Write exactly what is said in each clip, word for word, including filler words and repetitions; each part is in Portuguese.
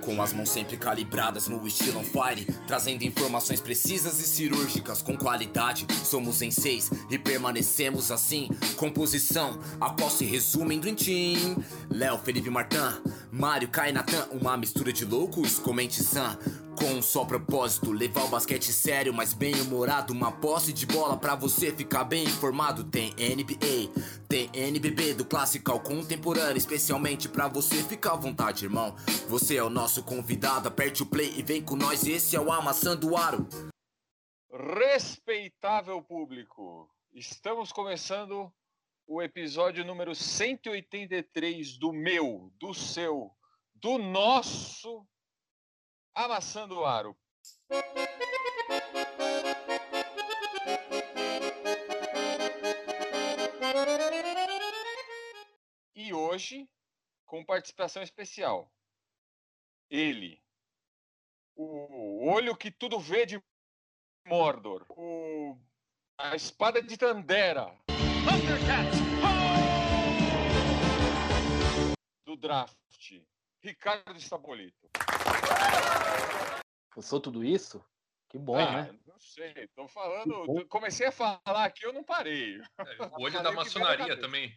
Com as mãos sempre calibradas no estilo on fire, trazendo informações precisas e cirúrgicas com qualidade. Somos em seis e permanecemos assim. Composição, a qual se resume em Dream Team. Léo, Felipe Martin, Mário, Kai, Natan. Uma mistura de loucos com mente sã, com um só propósito, levar o basquete sério, mas bem humorado. Uma posse de bola pra você ficar bem informado. Tem N B A, tem N B B, do clássico ao contemporâneo, especialmente pra você ficar à vontade, irmão. Você é o nosso convidado, aperte o play e vem com nós. Esse é o Amassando o Aro. Respeitável público, estamos começando o episódio número cento e oitenta e três do meu, do seu, do nosso Amassando o Aro. E hoje, com participação especial, ele, o olho que tudo vê de Mordor, o, a espada de Tandera, do draft, Ricardo Stabolito. Eu sou tudo isso? Que bom, ah, né? Não sei, tô falando. Comecei a falar aqui, eu não parei. O olho da maçonaria também.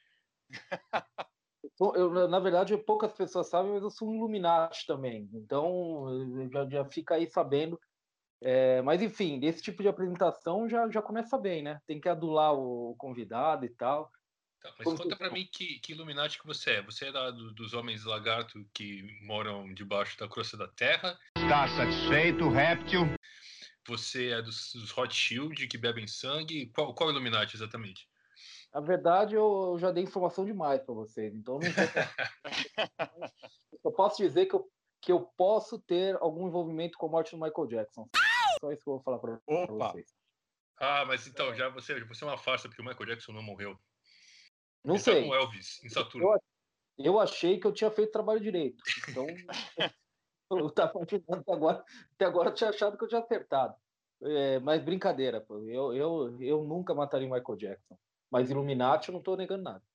Eu, eu, na verdade, poucas pessoas sabem, mas eu sou um Illuminati também. Então, já, já fica aí sabendo. É, mas, enfim, esse tipo de apresentação já, já começa bem, né? Tem que adular o convidado e tal. Tá, mas Como conta que... pra mim que, que Illuminati que você é. Você é da, do, dos homens lagarto que moram debaixo da crosta da terra? Está satisfeito, réptil? Você é dos, dos Rothschild que bebem sangue? Qual, qual Illuminati exatamente? Na verdade, eu já dei informação demais para vocês, então não sei. Eu posso dizer que eu, que eu posso ter algum envolvimento com a morte do Michael Jackson. Só isso que eu vou falar para vocês. Ah, mas então, já você, você é uma farsa, porque o Michael Jackson não morreu. Não Ele sei. tá com Elvis, em Saturno. Eu, eu achei que eu tinha feito trabalho direito. Então, eu estava imaginando até agora, até agora eu tinha achado que eu tinha acertado. É, mas brincadeira, pô. Eu, eu, eu nunca mataria o Michael Jackson. Mas Illuminati eu não estou negando nada.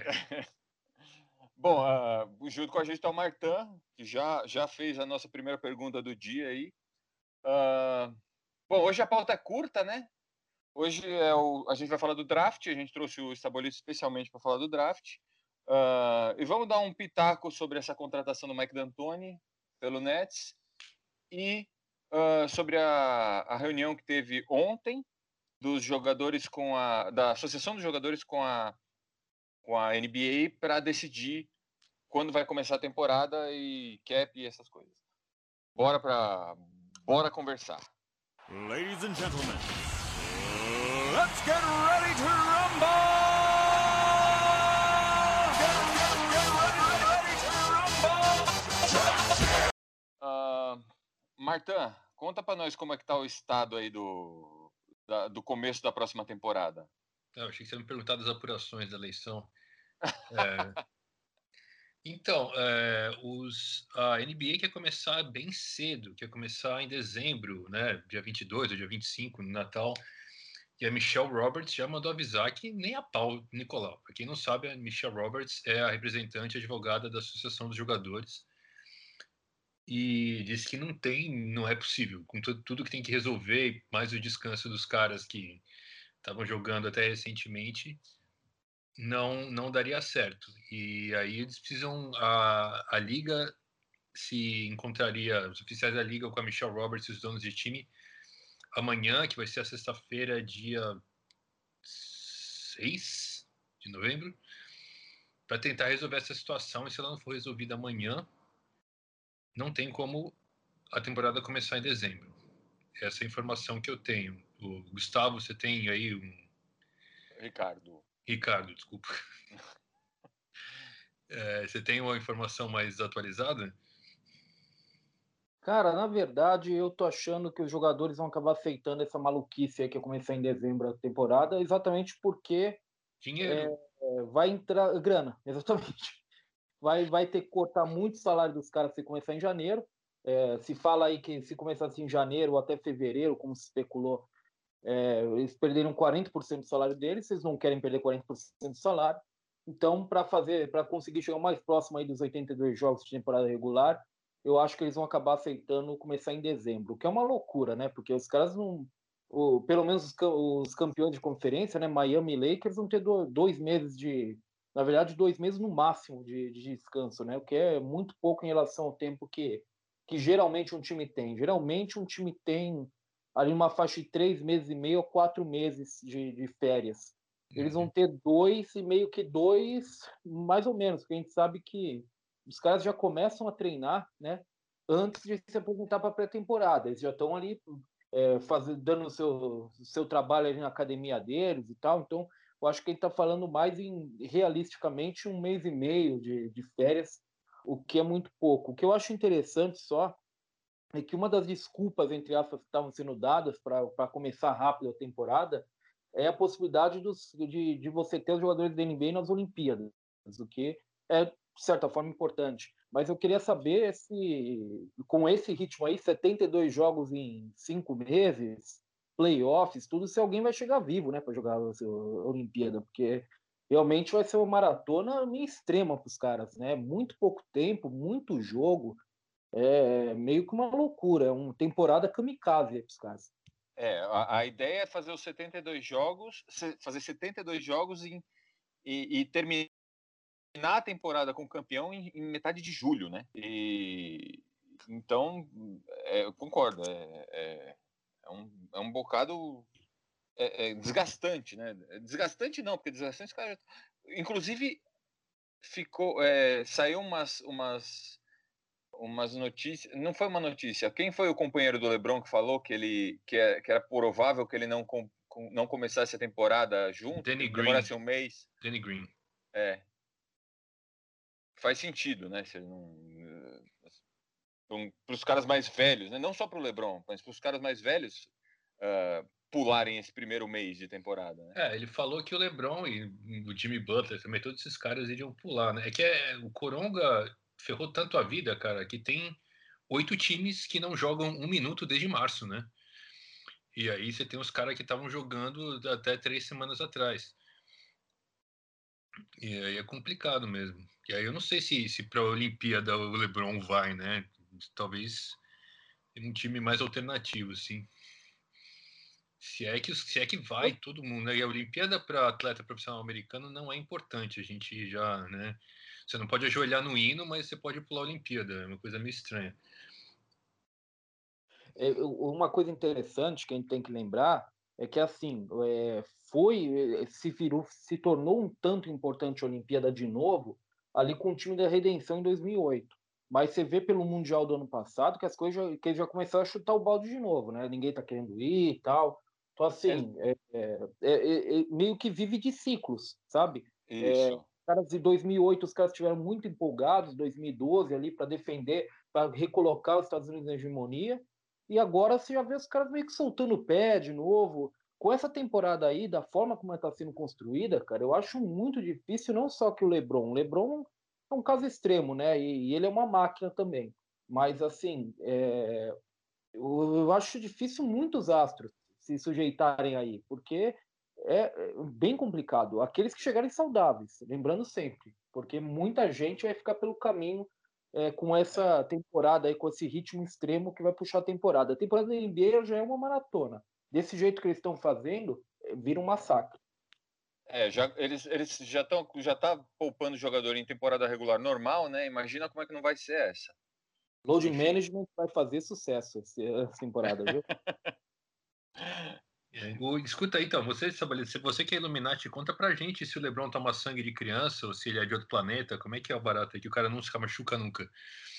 Bom, uh, junto com a gente está o Martin, que já, já fez a nossa primeira pergunta do dia aí. Uh, bom, hoje a pauta é curta, né? Hoje é o, a gente vai falar do draft, a gente trouxe o Stabolito especialmente para falar do draft. Uh, e vamos dar um pitaco sobre essa contratação do Mike D'Antoni pelo Nets e uh, sobre a, a reunião que teve ontem dos jogadores com a da associação dos jogadores com a com a N B A para decidir quando vai começar a temporada e cap e essas coisas. Bora para bora conversar. Ladies and gentlemen, let's get ready to rumble! Get, get, get ready, ready to rumble! Uh, Martin, conta para nós como é que tá o estado aí do, da, do começo da próxima temporada. Ah, eu achei que você ia me perguntar das apurações da eleição. É... Então, é, os, a N B A quer começar bem cedo, quer começar em dezembro, né, dia vinte e dois ou dia vinte e cinco, no Natal. E a Michelle Roberts já mandou avisar que nem a pau, Nicolau. Para quem não sabe, a Michelle Roberts é a representante advogada da Associação dos Jogadores. E disse que não tem, não é possível, com tudo, tudo que tem que resolver, mais o descanso dos caras que estavam jogando até recentemente, não, não daria certo. E aí eles precisam, a, a liga se encontraria, os oficiais da liga com a Michelle Roberts e os donos de time, amanhã, que vai ser a sexta-feira, dia seis de novembro, para tentar resolver essa situação. E se ela não for resolvida amanhã, não tem como a temporada começar em dezembro. Essa é a informação que eu tenho. O Gustavo, você tem aí um... Ricardo. Ricardo, desculpa. É, você tem uma informação mais atualizada? Cara, na verdade, eu tô achando que os jogadores vão acabar aceitando essa maluquice aí que começar em dezembro a temporada, exatamente porque Dinheiro. É, vai entrar grana, exatamente. Vai, vai ter que cortar muito o salário dos caras se começar em janeiro. É, se fala aí que se começasse em janeiro ou até fevereiro, como se especulou, é, eles perderam quarenta por cento do salário deles, vocês não querem perder quarenta por cento do salário. Então, para fazer, para conseguir chegar mais próximo aí dos oitenta e dois jogos de temporada regular, eu acho que eles vão acabar aceitando começar em dezembro, o que é uma loucura, né? Porque os caras não, o, pelo menos os, os campeões de conferência, né? Miami e Lakers vão ter do, dois meses de, na verdade, dois meses no máximo de, de descanso, né? O que é muito pouco em relação ao tempo que, que geralmente um time tem. Geralmente um time tem ali uma faixa de três meses e meio a quatro meses de, de férias. Eles vão ter dois e meio que dois, mais ou menos, porque a gente sabe que os caras já começam a treinar, né, antes de se apresentar para a pré-temporada. Eles já estão ali é, fazendo, dando o seu, seu trabalho ali na academia deles e tal. Então, eu acho que a gente está falando mais em, realisticamente, um mês e meio de, de férias, o que é muito pouco. O que eu acho interessante só é que uma das desculpas, entre aspas, que estavam sendo dadas para começar rápido a temporada é a possibilidade dos, de, de você ter os jogadores da N B A nas Olimpíadas, o que é, de certa forma, importante. Mas eu queria saber se, com esse ritmo aí, setenta e dois jogos em cinco meses, playoffs, tudo, se alguém vai chegar vivo, né, para jogar a Olimpíada, porque realmente vai ser uma maratona meio extrema para os caras, né? Muito pouco tempo, muito jogo, é meio que uma loucura, é uma temporada kamikaze para os caras. É, a, a ideia é fazer os setenta e dois jogos, fazer setenta e dois jogos em, e, e terminar a temporada com o campeão em, em metade de julho, né? E, então, é, eu concordo, é, é, é, um, é um bocado é, é desgastante, né? Desgastante não, porque desgastante, cara, inclusive ficou, é, saiu umas, umas umas notícias, não foi uma notícia, quem foi o companheiro do LeBron que falou que ele que, é, que era provável que ele não com, não começasse a temporada junto, Danny demorasse Green. um mês. Danny Green. É. Faz sentido, né? Se ele não para os caras mais velhos, né? Não só para o LeBron, mas para os caras mais velhos uh, pularem esse primeiro mês de temporada. Né? É, ele falou que o LeBron e o Jimmy Butler também, todos esses caras iriam pular, né? É que é, o Coronga ferrou tanto a vida, cara, que tem oito times que não jogam um minuto desde março, né? E aí você tem os caras que estavam jogando até três semanas atrás. E aí é complicado mesmo. E aí eu não sei se, se para a Olimpíada o LeBron vai, né? Talvez um time mais alternativo, assim. Se é que, se é que vai todo mundo, né? E a Olimpíada para atleta profissional americano não é importante. A gente já, né? Você não pode ajoelhar no hino, mas você pode pular a Olimpíada. É uma coisa meio estranha. É, uma coisa interessante que a gente tem que lembrar é que assim é, foi se virou, se tornou um tanto importante a Olimpíada de novo ali com o time da Redenção em dois mil e oito. Mas você vê pelo Mundial do ano passado que as coisas que eles já começaram a chutar o balde de novo, né? Ninguém tá querendo ir e tal. Então assim é, é, é, é, meio que vive de ciclos, sabe? Isso. É, caras de dois mil e oito os caras estiveram muito empolgados, dois mil e doze ali para defender, para recolocar os Estados Unidos na hegemonia. E agora você já vê os caras meio que soltando o pé de novo. Com essa temporada aí, da forma como ela está sendo construída, cara, eu acho muito difícil, não só que o LeBron. O LeBron é um caso extremo, né? E, e ele é uma máquina também. Mas, assim, é, eu, eu acho difícil muitos astros se sujeitarem aí, porque é, é bem complicado. Aqueles que chegarem saudáveis, lembrando sempre, porque muita gente vai ficar pelo caminho é, com essa temporada aí, com esse ritmo extremo que vai puxar a temporada. A temporada da N B A já é uma maratona. Desse jeito que eles estão fazendo, vira um massacre. É, já, eles, eles já estão já tá poupando jogador em temporada regular normal, né? Imagina como é que não vai ser essa. Load Enfim. Management vai fazer sucesso essa temporada, viu? O, escuta aí, então, você, se você que é Illuminati, conta pra gente se o LeBron toma sangue de criança ou se ele é de outro planeta, como é que é o barato aí, que o cara não se machuca nunca.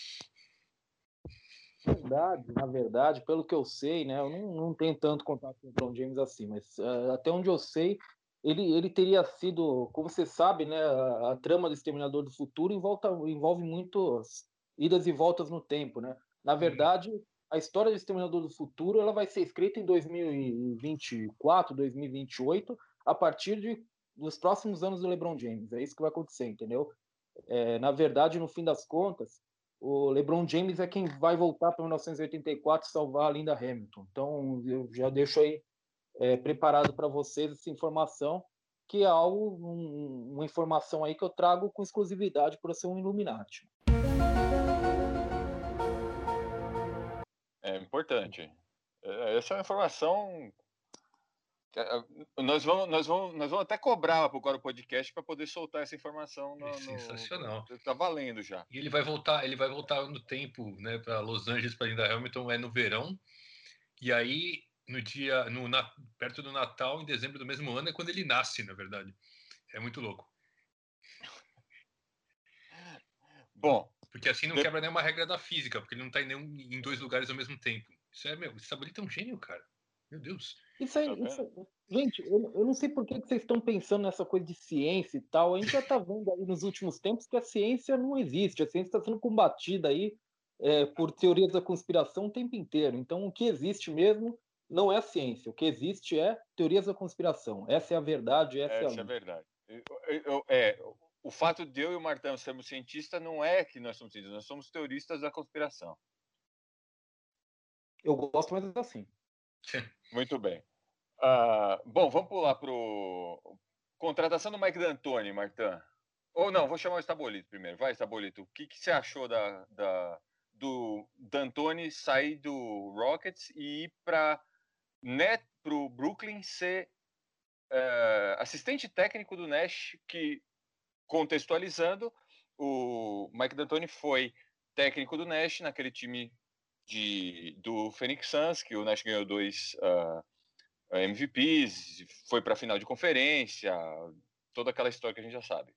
Na verdade, na verdade, pelo que eu sei, né, eu não, não tenho tanto contato com o LeBron James assim, mas uh, até onde eu sei, ele, ele teria sido, como você sabe, né, a, a trama do Exterminador do Futuro envolta, envolve muitas idas e voltas no tempo, né? Na verdade, a história do Exterminador do Futuro ela vai ser escrita em dois mil e vinte e quatro, dois mil e vinte e oito, a partir de, dos próximos anos do LeBron James. É isso que vai acontecer, entendeu? É, na verdade, no fim das contas, o LeBron James é quem vai voltar para mil novecentos e oitenta e quatro e salvar a Linda Hamilton. Então, eu já deixo aí é, preparado para vocês essa informação, que é algo, um, uma informação aí que eu trago com exclusividade por ser um Illuminati. É importante. Essa é uma informação. Nós vamos, nós vamos, nós vamos até cobrar agora o podcast para poder soltar essa informação. No, É sensacional. No... Tá valendo já. E ele vai voltar, ele vai voltar no tempo, né, para Los Angeles, para Linda Hamilton, é no verão. E aí, no dia, no, na, perto do Natal, em dezembro do mesmo ano, é quando ele nasce, na verdade. É muito louco. Bom. Porque assim não de... quebra nenhuma regra da física, porque ele não está em, nenhum, em dois lugares ao mesmo tempo. Isso é, meu, esse Sabolito é um gênio, cara. Meu Deus. Isso aí, tá isso, gente, eu, eu não sei por que vocês estão pensando nessa coisa de ciência e tal. A gente já está vendo aí nos últimos tempos que a ciência não existe. A ciência está sendo combatida aí é, por teorias da conspiração o tempo inteiro. Então, o que existe mesmo não é a ciência. O que existe é teorias da conspiração. Essa é a verdade. Essa, essa é a é a verdade. Eu, eu, eu, é, o fato de eu e o Martão sermos cientistas não é que nós somos cientistas, nós somos teoristas da conspiração. Eu gosto mais assim. Muito bem. Uh, bom, vamos pular para o... Contratação do Mike D'Antoni, Martã. Ou não, vou chamar o Estabolito primeiro. Vai, Estabolito. O que, que você achou da, da, do D'Antoni sair do Rockets e ir para o Brooklyn ser uh, assistente técnico do Nash, que, contextualizando, o Mike D'Antoni foi técnico do Nash naquele time de, do Phoenix Suns, que o Nash ganhou dois uh, M V Ps, foi para a final de conferência, toda aquela história que a gente já sabe.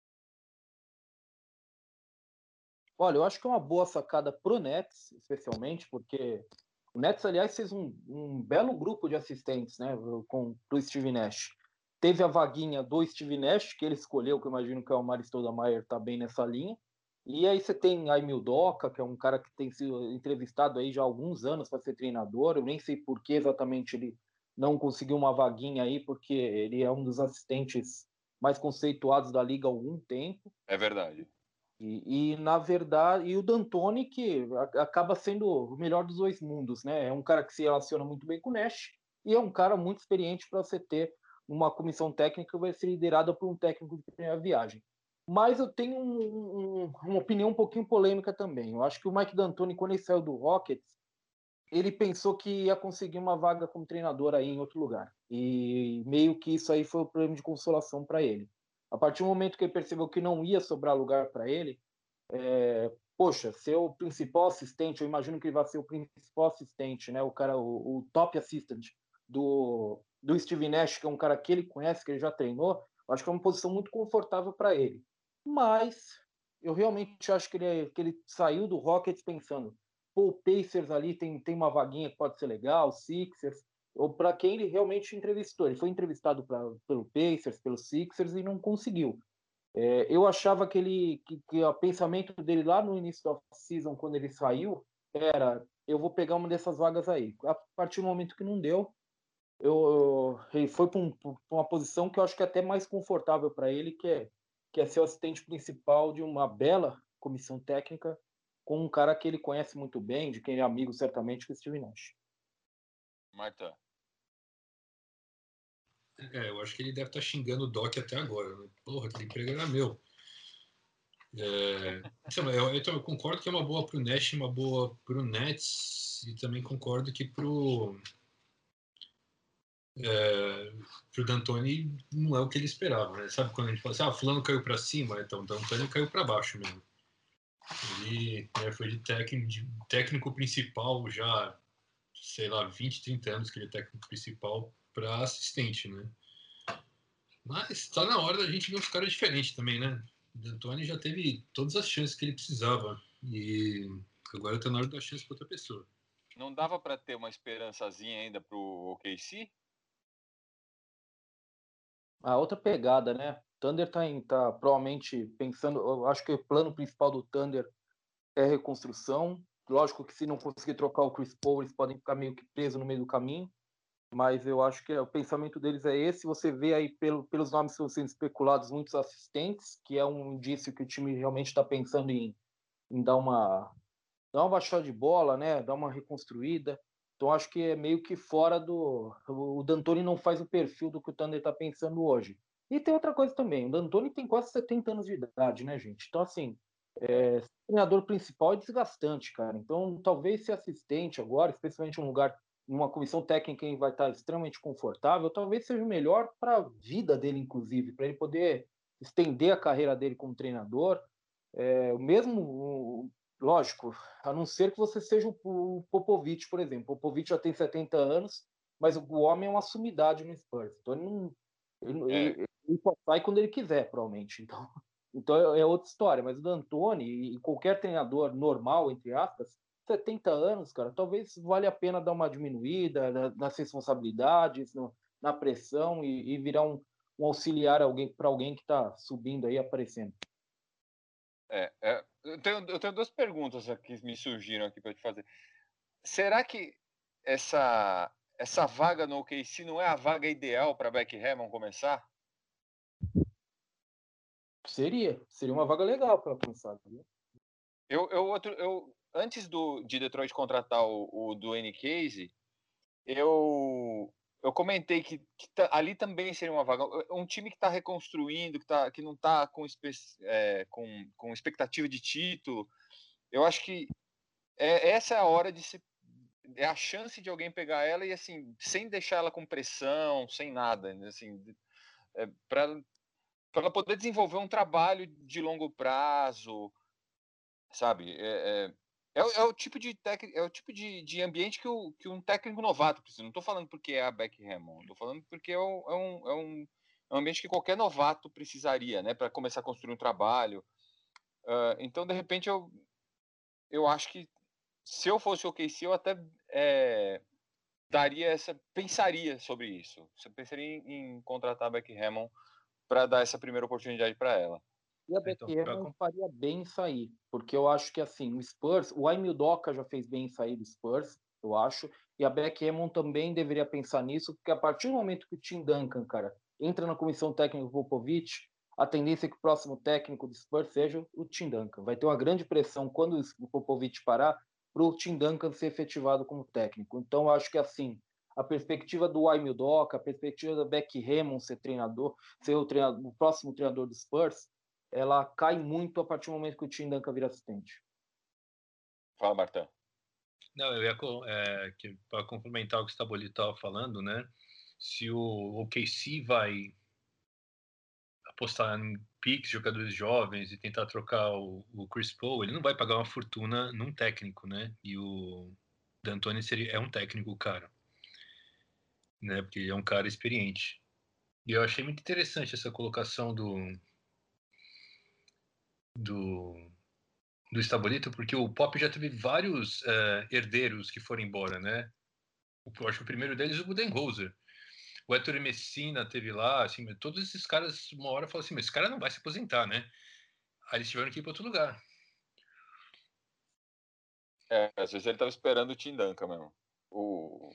Olha, eu acho que é uma boa sacada pro Nets, especialmente, porque o Nets, aliás, fez um, um belo grupo de assistentes, né, com o Steve Nash. Teve a vaguinha do Steve Nash, que ele escolheu, que eu imagino que é o Amar'e Stoudemire, tá bem nessa linha. E aí você tem a Emil Doca, que é um cara que tem sido entrevistado aí já há alguns anos para ser treinador. Eu nem sei por que exatamente ele não conseguiu uma vaguinha aí, porque ele é um dos assistentes mais conceituados da liga há algum tempo. É verdade. E, e na verdade, e o D'Antoni, que acaba sendo o melhor dos dois mundos, né? É um cara que se relaciona muito bem com o Nash e é um cara muito experiente para você ter uma comissão técnica que vai ser liderada por um técnico de primeira viagem. Mas eu tenho um, um, uma opinião um pouquinho polêmica também. Eu acho que o Mike D'Antoni, quando ele saiu do Rockets, ele pensou que ia conseguir uma vaga como treinador aí em outro lugar. E meio que isso aí foi o prêmio de consolação para ele. A partir do momento que ele percebeu que não ia sobrar lugar para ele, é, poxa, ser o principal assistente, eu imagino que ele vai ser o principal assistente, né? O cara, o, o top assistant do, do Steve Nash, que é um cara que ele conhece, que ele já treinou, eu acho que é uma posição muito confortável para ele. Mas eu realmente acho que ele, que ele saiu do Rockets pensando, pô, o Pacers ali tem, tem uma vaguinha que pode ser legal, Sixers, ou para quem ele realmente entrevistou. Ele foi entrevistado pra, pelo Pacers, pelo Sixers e não conseguiu. É, eu achava que, ele, que, que o pensamento dele lá no início da season, quando ele saiu, era, eu vou pegar uma dessas vagas aí. A partir do momento que não deu, eu, eu, ele foi para um, uma posição que eu acho que é até mais confortável para ele, que é, que é ser o assistente principal de uma bela comissão técnica com um cara que ele conhece muito bem, de quem ele é amigo certamente, que é o Steve Nash. Marta. É, eu acho que ele deve estar xingando o Doc até agora, né? Porra, aquele emprego era meu. É, então, eu, então, eu concordo que é uma boa pro Nash, uma boa pro Nets, e também concordo que pro é, pro D'Antoni não é o que ele esperava, né? Sabe quando a gente fala assim, ah, fulano caiu para cima, então o D'Antoni caiu para baixo mesmo. Ele né, foi de técnico, de técnico principal já, sei lá, vinte, trinta anos que ele é técnico principal para assistente, né? Mas está na hora da gente ver uns caras diferentes também, né? O D'Antoni já teve todas as chances que ele precisava e agora está na hora de dar chance para outra pessoa. Não dava para ter uma esperançazinha ainda pro O K C? A outra pegada, né? Thunder tá, em, tá provavelmente pensando. Eu acho que o plano principal do Thunder é reconstrução. Lógico que se não conseguir trocar o Chris Paul, eles podem ficar meio que presos no meio do caminho. Mas eu acho que o pensamento deles é esse. Você vê aí pelo, pelos nomes que estão sendo especulados muitos assistentes, que é um indício que o time realmente está pensando em, em dar uma dar uma baixada de bola, né? Dar uma reconstruída. Então acho que é meio que fora do. O D'Antoni não faz o perfil do que o Thunder está pensando hoje. E tem outra coisa também, o D'Antoni tem quase setenta anos de idade, né, gente? Então, assim, É, ser treinador principal é desgastante, cara. Então, talvez ser assistente agora, especialmente em um lugar, numa comissão técnica em que vai estar extremamente confortável, talvez seja o melhor para a vida dele, inclusive, para ele poder estender a carreira dele como treinador. É, o mesmo, o- lógico, a não ser que você seja o, o Popovich, por exemplo. O Popovich já tem setenta anos, mas o homem é uma sumidade no Spurs. Então, ele não. Ele, É, ele, ele só sai quando ele quiser, provavelmente. Então, então é, é outra história. Mas o D'Antoni e qualquer treinador normal, entre aspas, setenta anos, cara, talvez valha a pena dar uma diminuída na- nas responsabilidades, no- na pressão e, e virar um, um auxiliar alguém para alguém que está subindo aí, aparecendo. é, é. Eu tenho, eu tenho duas perguntas aqui que me surgiram aqui para te fazer. Será que essa, essa vaga no O K C não é a vaga ideal para Beck Hammond começar? Seria, seria uma vaga legal para começar. Viu? Eu, eu, outro, eu antes do, de Detroit contratar o, o Dwayne Casey, eu, eu comentei que, que tá, ali também seria uma vaga. Um time que está reconstruindo, que, tá, que não está com, é, com, com expectativa de título, eu acho que é, essa é a hora de se. É a chance de alguém pegar ela e, assim, sem deixar ela com pressão, sem nada, assim, é, para ela poder desenvolver um trabalho de longo prazo, sabe? É, é, é, o, é o tipo de tec, é o tipo de, de ambiente que, o, que um técnico novato precisa. Não estou falando porque é a Beck Hammond, estou falando porque é, um, é, um, é, um, é um ambiente que qualquer novato precisaria, né, para começar a construir um trabalho. Uh, então, de repente, eu, eu acho que se eu fosse o O K C, eu até é, daria essa, pensaria sobre isso. Você pensaria em, em contratar a Beck Hammond para dar essa primeira oportunidade para ela. E a É, então, Beck pra Hammond com- faria bem isso aí, porque eu acho que assim, o Spurs, o Ime Udoka já fez bem isso aí do Spurs, eu acho, e a Beck Hammond também deveria pensar nisso, porque a partir do momento que o Tim Duncan, cara, entra na comissão técnica do Popovich, a tendência é que o próximo técnico do Spurs seja o Tim Duncan. Vai ter uma grande pressão quando o Popovich parar para o Tim Duncan ser efetivado como técnico. Então, eu acho que assim, a perspectiva do Ime Udoka, a perspectiva da Beck Hammond ser treinador, ser o, treinador, o próximo treinador do Spurs, ela cai muito a partir do momento que o Tim Duncan vira assistente. Fala, Martão. Não, eu ia é, para complementar o que o Stabolito estava falando, né? Se o O K C vai apostar em picks, jogadores jovens e tentar trocar o, o Chris Paul, ele não vai pagar uma fortuna num técnico, né? E o D'Antoni seria é um técnico, cara, né? Porque ele é um cara experiente. E eu achei muito interessante essa colocação do do do Stabolito, porque o Pop já teve vários uh, herdeiros que foram embora, né? Eu acho que o primeiro deles é o Budenholzer. O Héctor Messina teve lá, assim, todos esses caras, uma hora falam assim, mas esse cara não vai se aposentar, né? Aí eles tiveram que ir para outro lugar. É, às vezes ele estava esperando o Tim Duncan mesmo. O,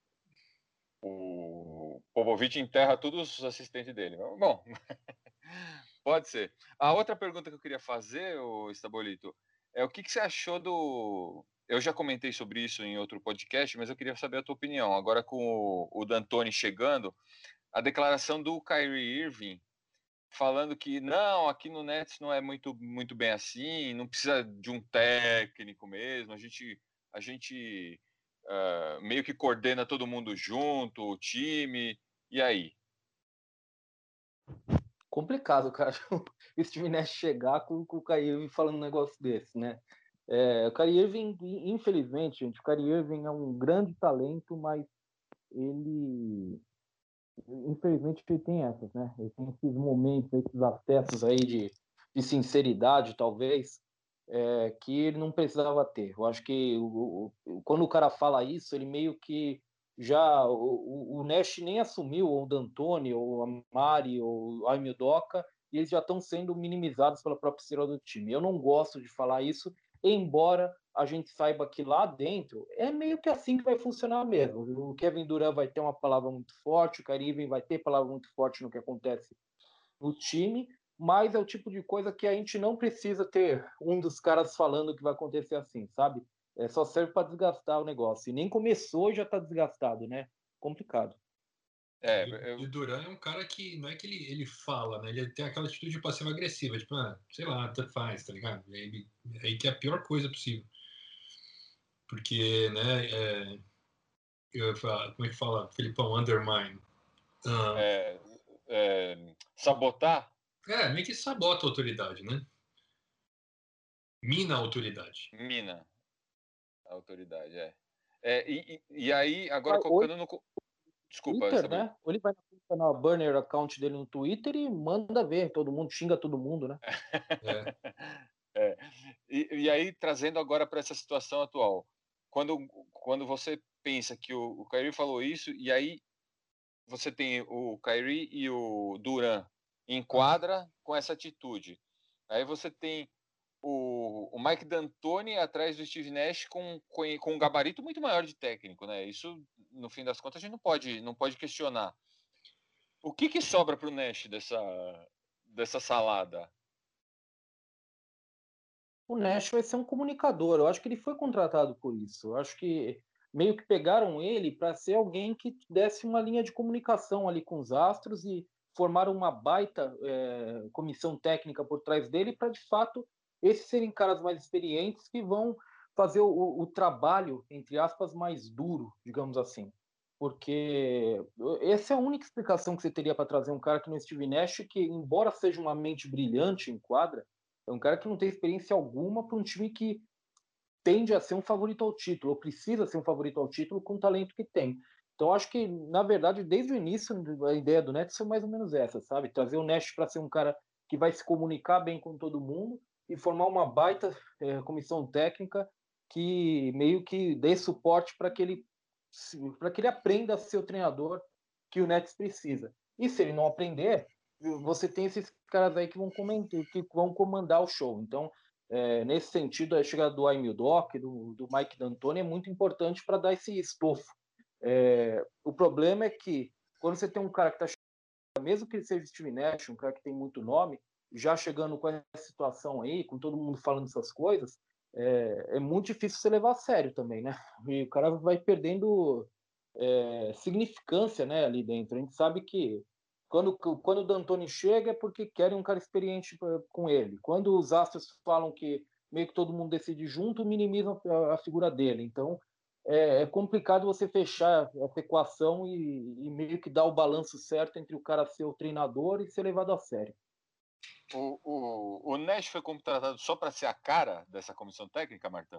o Popovich enterra todos os assistentes dele. Bom, pode ser. A outra pergunta que eu queria fazer, o Estabolito, é o que, que você achou do... Eu já comentei sobre isso em outro podcast, mas eu queria saber a tua opinião. Agora com o, o D'Antoni chegando, a declaração do Kyrie Irving falando que não, aqui no Nets não é muito, muito bem assim, não precisa de um técnico mesmo, a gente, a gente uh, meio que coordena todo mundo junto, o time, e aí? Complicado, cara, o Steve Nash chegar com, com o Kyrie Irving falando um negócio desse, né? É, o Kyrie Irving, infelizmente, gente, o Kyrie Irving é um grande talento, mas ele, infelizmente, ele tem essas, né? Ele tem esses momentos, esses acessos aí de, de sinceridade, talvez, é, que ele não precisava ter. Eu acho que o, o, quando o cara fala isso, ele meio que já o, o Nash nem assumiu, ou o D'Antoni, ou a Mari, ou o Ime Udoka, e eles já estão sendo minimizados pela própria estrela do time. Eu não gosto de falar isso, embora a gente saiba que lá dentro é meio que assim que vai funcionar mesmo. O Kevin Durant vai ter uma palavra muito forte, o Kyrie Irving vai ter palavra muito forte no que acontece no time, mas é o tipo de coisa que a gente não precisa ter um dos caras falando que vai acontecer assim, sabe? É, só serve para desgastar o negócio. E nem começou e já está desgastado, né? Complicado. É, e, eu... e o Duran é um cara que não é que ele, ele fala, né? Ele tem aquela atitude passiva-agressiva, tipo, ah, sei lá, tanto faz, tá ligado? E aí, aí que é a pior coisa possível. Porque, né, é, eu, como é que fala? Felipão, undermine. Uh, é, é, sabotar? É, meio que sabota a autoridade, né? Mina a autoridade. Mina a autoridade, é. é e, e, e aí, agora Vai, hoje, colocando no... Desculpa, Twitter, Sabrina. né? Ou ele vai na burner account dele no Twitter e manda ver, todo mundo xinga todo mundo, né? É. é. E, e aí, trazendo agora para essa situação atual, quando, quando você pensa que o, o Kyrie falou isso, e aí você tem o Kyrie e o Duran em quadra com essa atitude. Aí você tem o, o Mike D'Antoni atrás do Steve Nash com, com, com um gabarito muito maior de técnico, né? Isso, no fim das contas, a gente não pode, não pode questionar. O que, que sobra para o Nash dessa, dessa salada? O Nash vai ser um comunicador. Eu acho que ele foi contratado por isso. Eu acho que meio que pegaram ele para ser alguém que desse uma linha de comunicação ali com os astros e formaram uma baita é, comissão técnica por trás dele para, de fato, esses serem caras mais experientes que vão fazer o, o trabalho, entre aspas, mais duro, digamos assim. Porque essa é a única explicação que você teria para trazer um cara que não é Steve Nash, que, embora seja uma mente brilhante em quadra, é um cara que não tem experiência alguma para um time que tende a ser um favorito ao título, ou precisa ser um favorito ao título com o talento que tem. Então, acho que, na verdade, desde o início, a ideia do Nets foi mais ou menos essa, sabe? Trazer o Nash para ser um cara que vai se comunicar bem com todo mundo e formar uma baita é, comissão técnica que meio que dê suporte para que ele para que ele aprenda a ser o treinador que o Nets precisa. E se ele não aprender, você tem esses caras aí que vão comentar, que vão comandar o show. Então, é, nesse sentido, a chegada do Ime Udoka, do, do Mike D'Antoni é muito importante para dar esse estofo. É, o problema é que quando você tem um cara que está chegando, mesmo que ele seja Steve Nash, um cara que tem muito nome, já chegando com essa situação aí, com todo mundo falando essas coisas, é, é muito difícil você levar a sério também, né? E o cara vai perdendo é, significância, né, ali dentro. A gente sabe que quando, quando o D'Antoni chega é porque querem um cara experiente com ele. Quando os astros falam que meio que todo mundo decide junto, minimizam a, a figura dele. Então, é, é, complicado você fechar essa equação e, e meio que dar o balanço certo entre o cara ser o treinador e ser levado a sério. O, o, o Nash foi contratado só para ser a cara dessa comissão técnica, Martin?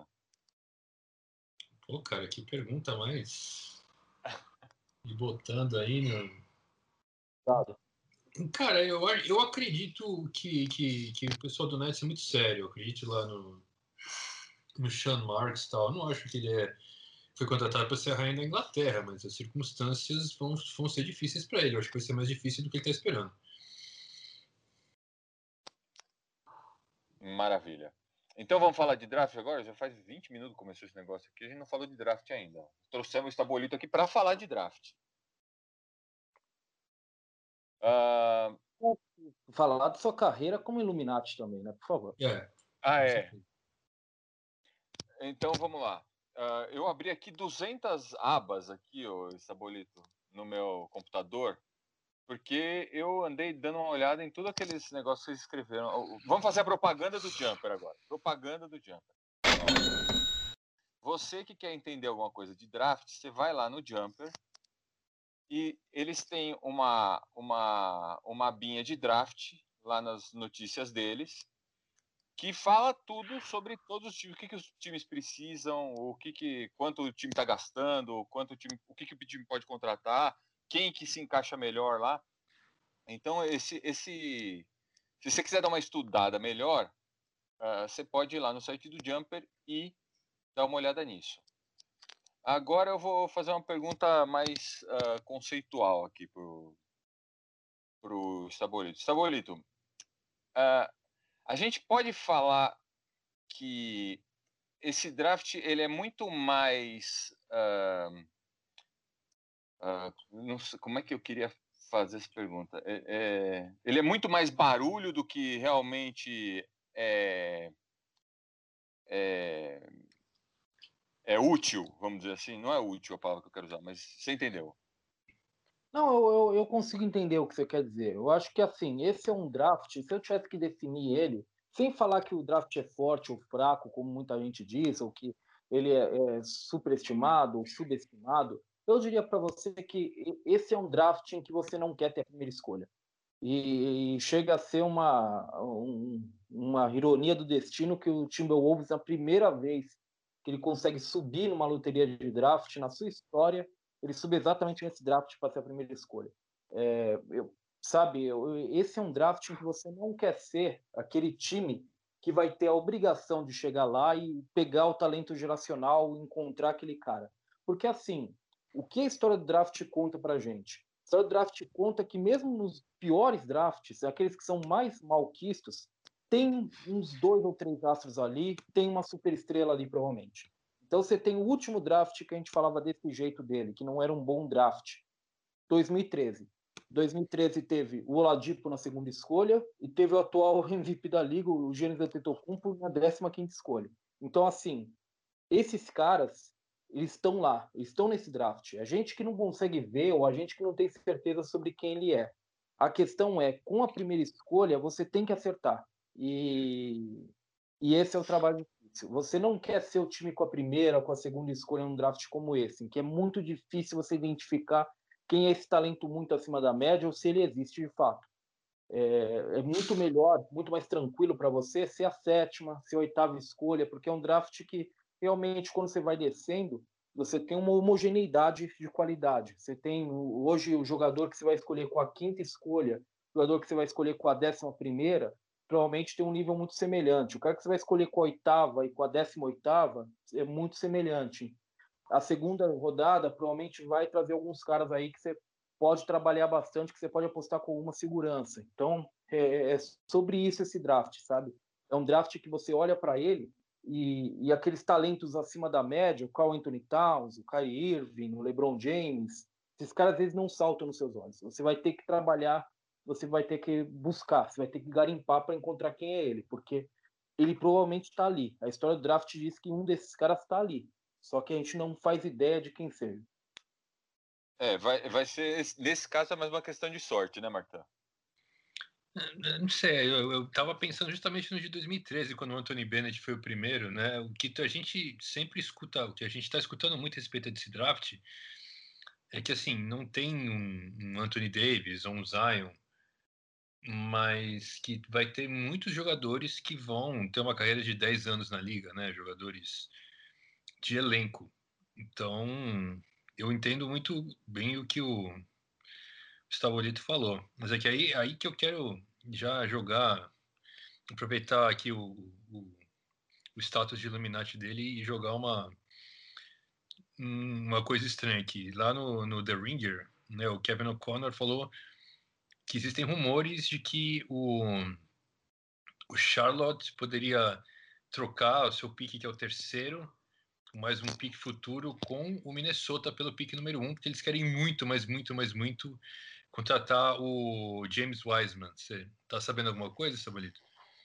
Pô, cara, que pergunta mais... Me botando aí no... Sabe? Cara, eu, eu acredito que, que, que o pessoal do Nets é muito sério. Eu acredito lá no, no Sean Marks e tal. Eu não acho que ele é, foi contratado para ser a rainha da Inglaterra, mas as circunstâncias vão, vão ser difíceis para ele. Eu acho que vai ser mais difícil do que ele está esperando. Maravilha. Então vamos falar de draft agora? Já faz vinte minutos que começou esse negócio aqui, a gente não falou de draft ainda. Trouxemos o Estabolito aqui para falar de draft. Uh... Falar da sua carreira como Illuminati também, né? Por favor. É. Ah, é. Então vamos lá. Uh, eu abri aqui duzentas abas aqui, ô Estabolito, no meu computador, porque eu andei dando uma olhada em tudo aqueles negócios que vocês escreveram. Vamos fazer a propaganda do Jumper agora. Propaganda do Jumper. Você que quer entender alguma coisa de draft, você vai lá no Jumper e eles têm uma, uma, uma abinha de draft lá nas notícias deles que fala tudo sobre todos os times, o que, que os times precisam, o que, que quanto o time está gastando, quanto o time, o que, que o time pode contratar, quem que se encaixa melhor lá. Então esse, esse, se você quiser dar uma estudada melhor, uh, você pode ir lá no site do Jumper e dar uma olhada nisso. Agora eu vou fazer uma pergunta mais uh, conceitual aqui pro pro Estabolito. Estabolito, uh, a gente pode falar que esse draft ele é muito mais uh, uh, não sei, como é que eu queria fazer essa pergunta? É, é, ele é muito mais barulho do que realmente é, é, é útil, vamos dizer assim. Não é útil a palavra que eu quero usar, mas você entendeu? Não, eu, eu, eu consigo entender o que você quer dizer. Eu acho que, assim, esse é um draft, se eu tivesse que definir ele, sem falar que o draft é forte ou fraco, como muita gente diz, ou que ele é, é superestimado ou subestimado, eu diria para você que esse é um draft em que você não quer ter a primeira escolha. E, e chega a ser uma, um, uma ironia do destino que o Timberwolves, a primeira vez que ele consegue subir numa loteria de draft na sua história, ele sube exatamente nesse draft para ser a primeira escolha. É, eu, sabe, eu, esse é um draft em que você não quer ser aquele time que vai ter a obrigação de chegar lá e pegar o talento geracional, encontrar aquele cara. Porque, assim, o que a história do draft conta pra gente? A história do draft conta que mesmo nos piores drafts, aqueles que são mais malquistos, tem uns dois ou três astros ali, tem uma super estrela ali, provavelmente. Então você tem o último draft que a gente falava desse jeito dele, que não era um bom draft, dois mil e treze. dois mil e treze teve o Oladipo na segunda escolha e teve o atual M V P da liga, o Giannis Antetokounmpo, na décima quinta escolha. Então, assim, esses caras, eles estão lá, eles estão nesse draft. A gente que não consegue ver ou a gente que não tem certeza sobre quem ele é. A questão é, com a primeira escolha, você tem que acertar. E, e esse é o trabalho difícil. Você não quer ser o time com a primeira, com a segunda escolha num draft como esse, em que é muito difícil você identificar quem é esse talento muito acima da média ou se ele existe de fato. É, é muito melhor, muito mais tranquilo para você ser a sétima, ser a oitava escolha, porque é um draft que realmente, quando você vai descendo, você tem uma homogeneidade de qualidade. Você tem hoje o jogador que você vai escolher com a quinta escolha, o jogador que você vai escolher com a décima primeira, provavelmente tem um nível muito semelhante. O cara que você vai escolher com a oitava e com a décima oitava é muito semelhante. A segunda rodada provavelmente vai trazer alguns caras aí que você pode trabalhar bastante, que você pode apostar com alguma segurança. Então, é, é sobre isso esse draft, sabe? É um draft que você olha para ele e, e aqueles talentos acima da média, o Karl Anthony Towns, o Kyrie Irving, o LeBron James, esses caras às vezes não saltam nos seus olhos. Você vai ter que trabalhar, você vai ter que buscar, você vai ter que garimpar para encontrar quem é ele, porque ele provavelmente está ali. A história do draft diz que um desses caras está ali. Só que a gente não faz ideia de quem seja. É, vai, vai ser, nesse caso, é mais uma questão de sorte, né, Martão? Não sei, eu, eu tava pensando justamente no de dois mil e treze, quando o Anthony Bennett foi o primeiro, né? O que a gente sempre escuta, o que a gente está escutando muito a respeito desse draft é que, assim, não tem um, um Anthony Davis ou um Zion, mas que vai ter muitos jogadores que vão ter uma carreira de dez anos na liga, né? Jogadores de elenco. Então, eu entendo muito bem o que o Stavolito falou, mas é que aí, aí que eu quero já jogar, aproveitar aqui o, o, o status de Illuminati dele e jogar uma, uma coisa estranha aqui. Lá no, no The Ringer, né, o Kevin O'Connor falou que existem rumores de que o, o Charlotte poderia trocar o seu pique, que é o terceiro, mais um pique futuro, com o Minnesota pelo pique número um, porque eles querem muito, mas muito, mas muito contratar o James Wiseman. Você tá sabendo alguma coisa, Sabolito?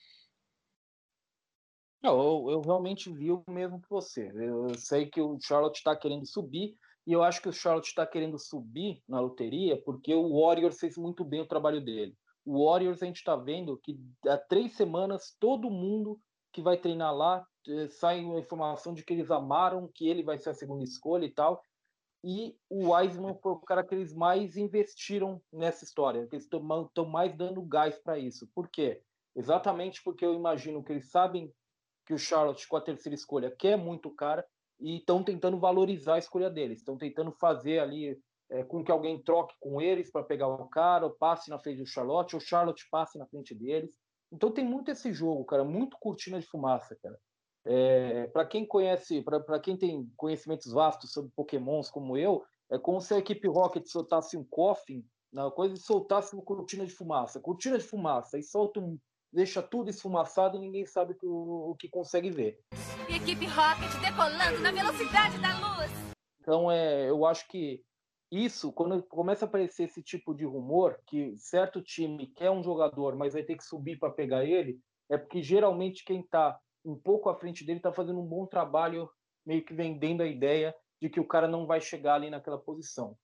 Não, eu, eu realmente vi o mesmo que você. Eu sei que o Charlotte está querendo subir, e eu acho que o Charlotte está querendo subir na loteria porque o Warriors fez muito bem o trabalho dele. O Warriors, a gente está vendo que há três semanas todo mundo que vai treinar lá eh, sai a informação de que eles amaram, que ele vai ser a segunda escolha e tal. E o Wiseman foi o cara que eles mais investiram nessa história, que eles estão mais dando gás para isso. Por quê? Exatamente porque eu imagino que eles sabem que o Charlotte, com a terceira escolha, quer muito cara e estão tentando valorizar a escolha deles. Estão tentando fazer ali é, com que alguém troque com eles para pegar o cara, ou passe na frente do Charlotte, ou o Charlotte passe na frente deles. Então tem muito esse jogo, cara, muito cortina de fumaça, cara. É, para quem conhece, para quem tem conhecimentos vastos sobre Pokémons como eu, é como se a equipe Rocket soltasse um Coffin na coisa e soltasse uma cortina de fumaça. Cortina de fumaça, e solta um, deixa tudo esfumaçado e ninguém sabe o, o que consegue ver. Equipe Rocket decolando na velocidade da luz. Então, é, eu acho que isso, quando começa a aparecer esse tipo de rumor, que certo time quer um jogador, mas vai ter que subir para pegar ele, é porque geralmente quem está um pouco à frente dele está fazendo um bom trabalho, meio que vendendo a ideia de que o cara não vai chegar ali naquela posição.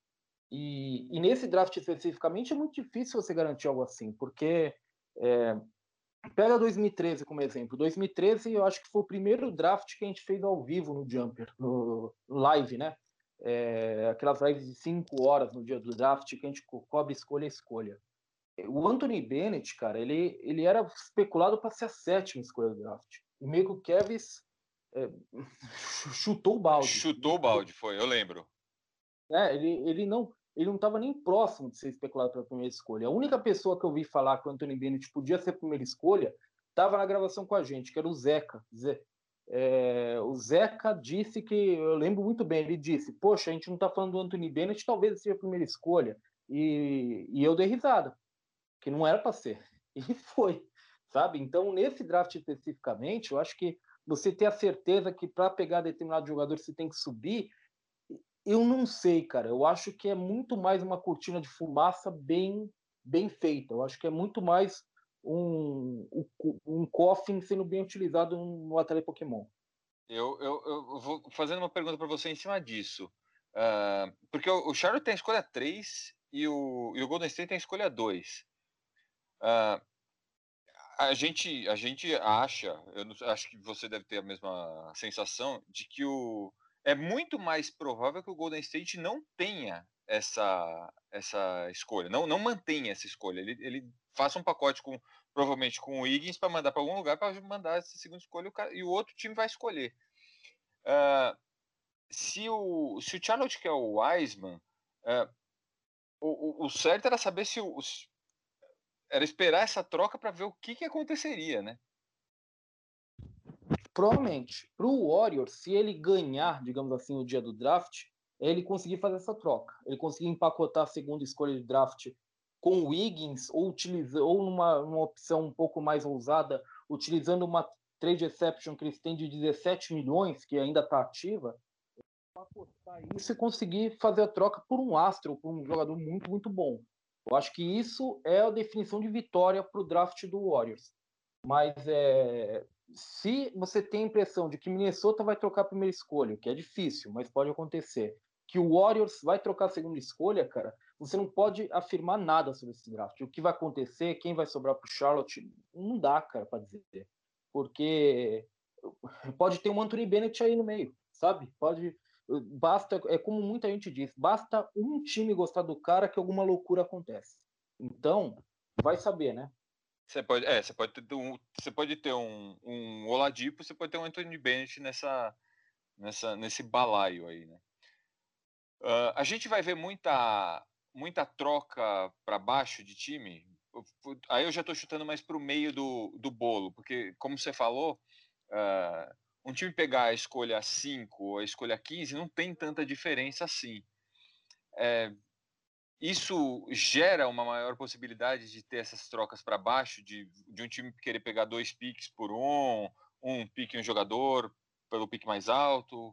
E, e nesse draft especificamente é muito difícil você garantir algo assim, porque é, pega dois mil e treze como exemplo. dois mil e treze eu acho que foi o primeiro draft que a gente fez ao vivo no Jumper, no live, né? É, aquelas lives de cinco horas no dia do draft que a gente cobre escolha a escolha. O Anthony Bennett, cara, ele, ele era especulado para ser a sétima escolha do draft. E meio que o Kevs é, chutou o balde. Chutou o balde, foi, eu lembro. É, ele, ele não ele não estava nem próximo de ser especulado para a primeira escolha. A única pessoa que eu vi falar que o Anthony Bennett podia ser a primeira escolha estava na gravação com a gente, que era o Zeca. Zé, é, o Zeca disse que, eu lembro muito bem, ele disse, poxa, a gente não está falando do Anthony Bennett, talvez seja a primeira escolha. E, e eu dei risada, que não era para ser. E foi, sabe? Então, nesse draft especificamente, eu acho que você ter a certeza que para pegar determinado jogador você tem que subir, eu não sei, cara. Eu acho que é muito mais uma cortina de fumaça bem, bem feita. Eu acho que é muito mais um, um, um coffin sendo bem utilizado no atleta Pokémon. Eu, eu, eu vou fazendo uma pergunta para você em cima disso. Uh, porque o, o Charlotte tem a escolha três e o, e o Golden State tem a escolha dois. Uh, a, gente, a gente acha, eu não, acho que você deve ter a mesma sensação, de que o, é muito mais provável que o Golden State não tenha essa, essa escolha, não, não mantenha essa escolha. Ele, ele faça um pacote com provavelmente com o Higgins para mandar para algum lugar para mandar essa segunda escolha e o outro time vai escolher. Uh, se, o, se o Charlotte quer o Wiseman, uh, o, o certo era saber se o. Era esperar essa troca para ver o que, que aconteceria, né? Provavelmente. Para o Warriors, se ele ganhar, digamos assim, o dia do draft, ele conseguir fazer essa troca. Ele conseguir empacotar a segunda escolha de draft com o Wiggins, ou, utiliza, ou numa, numa opção um pouco mais ousada, utilizando uma trade exception que eles têm de dezessete milhões, que ainda está ativa, empacotar isso e conseguir fazer a troca por um astro, por um jogador muito, muito bom. Eu acho que isso é a definição de vitória para o draft do Warriors. Mas é, se você tem a impressão de que Minnesota vai trocar a primeira escolha, que é difícil, mas pode acontecer, que o Warriors vai trocar a segunda escolha, cara, você não pode afirmar nada sobre esse draft. O que vai acontecer, quem vai sobrar para o Charlotte, não dá, cara, para dizer. Porque pode ter um Anthony Bennett aí no meio, sabe? Pode, basta, é como muita gente diz, basta um time gostar do cara que alguma loucura acontece. Então, vai saber, né? Você pode, é, você pode ter um, você pode ter um, um Oladipo, você pode ter um Anthony Bennett nessa, nessa, nesse balaio aí, né? Uh, a gente vai ver muita, muita troca para baixo de time. Aí eu já estou chutando mais para o meio do, do bolo, porque como você falou, uh, um time pegar a escolha cinco ou a escolha quinze não tem tanta diferença assim. É, isso gera uma maior possibilidade de ter essas trocas para baixo, de, de um time querer pegar dois piques por um, um pique e um jogador pelo pique mais alto?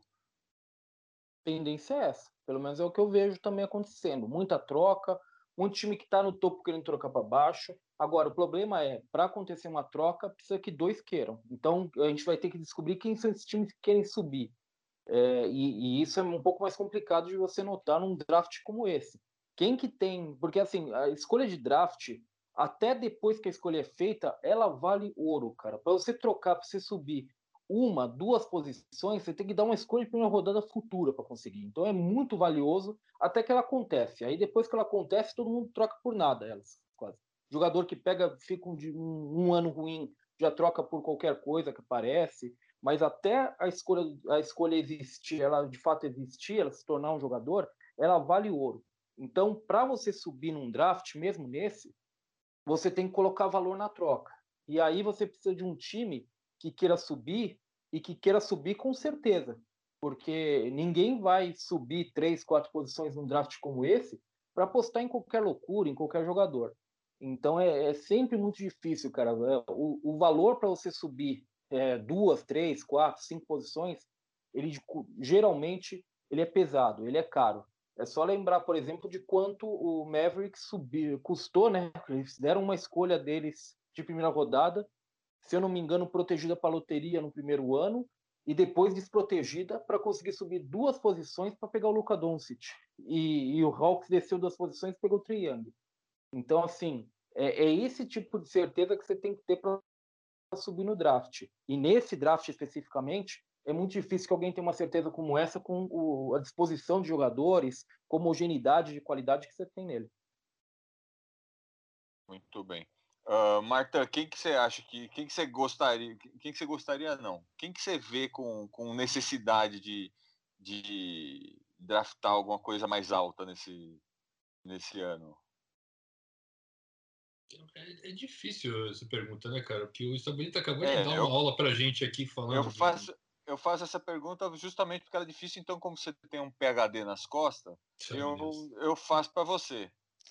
Tendência é essa. Pelo menos é o que eu vejo também acontecendo. Muita troca, muito time que está no topo querendo trocar para baixo. Agora, o problema é, para acontecer uma troca, precisa que dois queiram. Então, a gente vai ter que descobrir quem são esses times que querem subir. É, e, e isso é um pouco mais complicado de você notar num draft como esse. Quem que tem... Porque, assim, a escolha de draft, até depois que a escolha é feita, ela vale ouro, cara. Para você trocar, para você subir uma, duas posições, você tem que dar uma escolha de primeira rodada futura para conseguir. Então é muito valioso até que ela acontece. Aí depois que ela acontece, todo mundo troca por nada, elas quase. Jogador que pega, fica um, um, um ano ruim, já troca por qualquer coisa que aparece, mas até a escolha, a escolha existir, ela de fato existir, ela se tornar um jogador, ela vale ouro. Então, para você subir num draft, mesmo nesse, você tem que colocar valor na troca. E aí você precisa de um time que queira subir e que queira subir com certeza. Porque ninguém vai subir três, quatro posições num draft como esse para apostar em qualquer loucura, em qualquer jogador. Então é, é sempre muito difícil, cara. O, o valor para você subir é, duas, três, quatro, cinco posições, ele geralmente ele é pesado, ele é caro. É só lembrar, por exemplo, de quanto o Mavericks subiu, custou, né? Eles deram uma escolha deles de primeira rodada, se eu não me engano, protegida para loteria no primeiro ano, e depois desprotegida para conseguir subir duas posições para pegar o Luka Doncic. E, e o Hawks desceu duas posições e pegou o Trae Young. Então, assim, é, é esse tipo de certeza que você tem que ter para subir no draft. E nesse draft especificamente, é muito difícil que alguém tenha uma certeza como essa com o, a disposição de jogadores, com a homogeneidade de qualidade que você tem nele. Muito bem. Uh, Marta, quem que você acha que quem que você gostaria, quem que você gostaria não? Quem que você vê com, com necessidade de, de draftar alguma coisa mais alta nesse, nesse ano? É, é difícil essa pergunta, né, cara? Porque o Estabolito acabou É, de dar eu, uma aula pra gente aqui falando. eu faço eu faço essa pergunta justamente porque ela é difícil. Então, como você tem um P H D nas costas, de... eu, eu faço para você.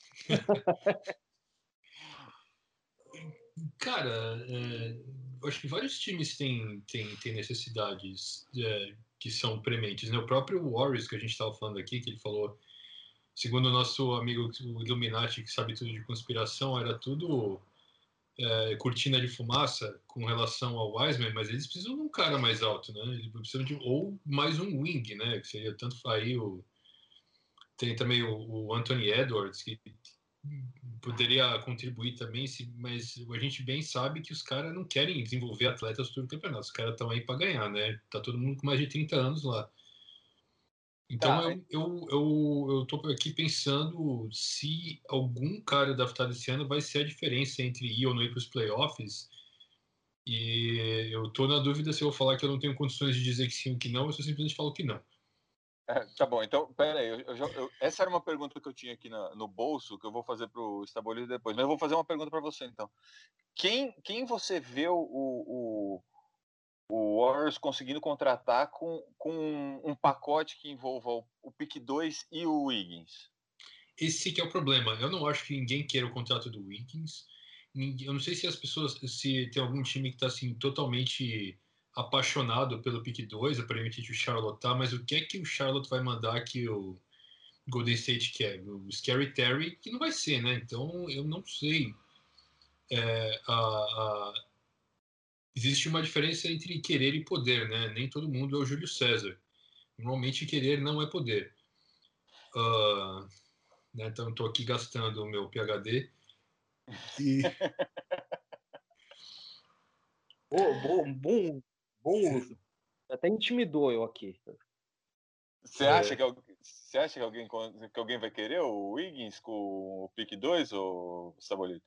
Cara, é, eu acho que vários times têm, têm, têm necessidades é, que são prementes, né? O próprio Warriors, que a gente estava falando aqui, que ele falou, segundo o nosso amigo o Illuminati, que sabe tudo de conspiração, era tudo é, cortina de fumaça com relação ao Wiseman, mas eles precisam de um cara mais alto, né? Eles precisam de, ou mais um wing, né? Que seria tanto aí o... Tem também o, o Anthony Edwards, que poderia contribuir também, mas a gente bem sabe que os caras não querem desenvolver atletas todo o campeonato. Os caras estão aí para ganhar, né? Tá todo mundo com mais de trinta anos lá. Então Tá. eu, eu, eu, eu tô aqui pensando se algum cara draftado esse ano vai ser a diferença entre ir ou não ir para os playoffs. E eu tô na dúvida se eu vou falar que eu não tenho condições de dizer que sim ou que não, ou se eu simplesmente falo que não. É, tá bom, então, pera aí, eu, eu, eu, essa era uma pergunta que eu tinha aqui na, no bolso, que eu vou fazer para o Estabolito depois, mas eu vou fazer uma pergunta para você, então. Quem, quem você vê o, o, o Warriors conseguindo contratar com, com um, um pacote que envolva o, o pick dois e o Wiggins? Esse que é o problema. Eu não acho que ninguém queira o contrato do Wiggins. Eu não sei se as pessoas, se tem algum time que está assim totalmente apaixonado pelo pick dois, aparentemente o Charlotte tá, mas o que é que o Charlotte vai mandar que o Golden State quer? O Scary Terry, que não vai ser, né? Então eu não sei. É, a, a... Existe uma diferença entre querer e poder, né? Nem todo mundo é o Júlio César. Normalmente querer não é poder. Uh, né? Então estou aqui gastando o meu P H D. E... Bom, bom, bom, bom uso. Até intimidou eu aqui. Você acha, que, você acha que, alguém, que alguém vai querer o Wiggins com o pick dois, ou Sabolito?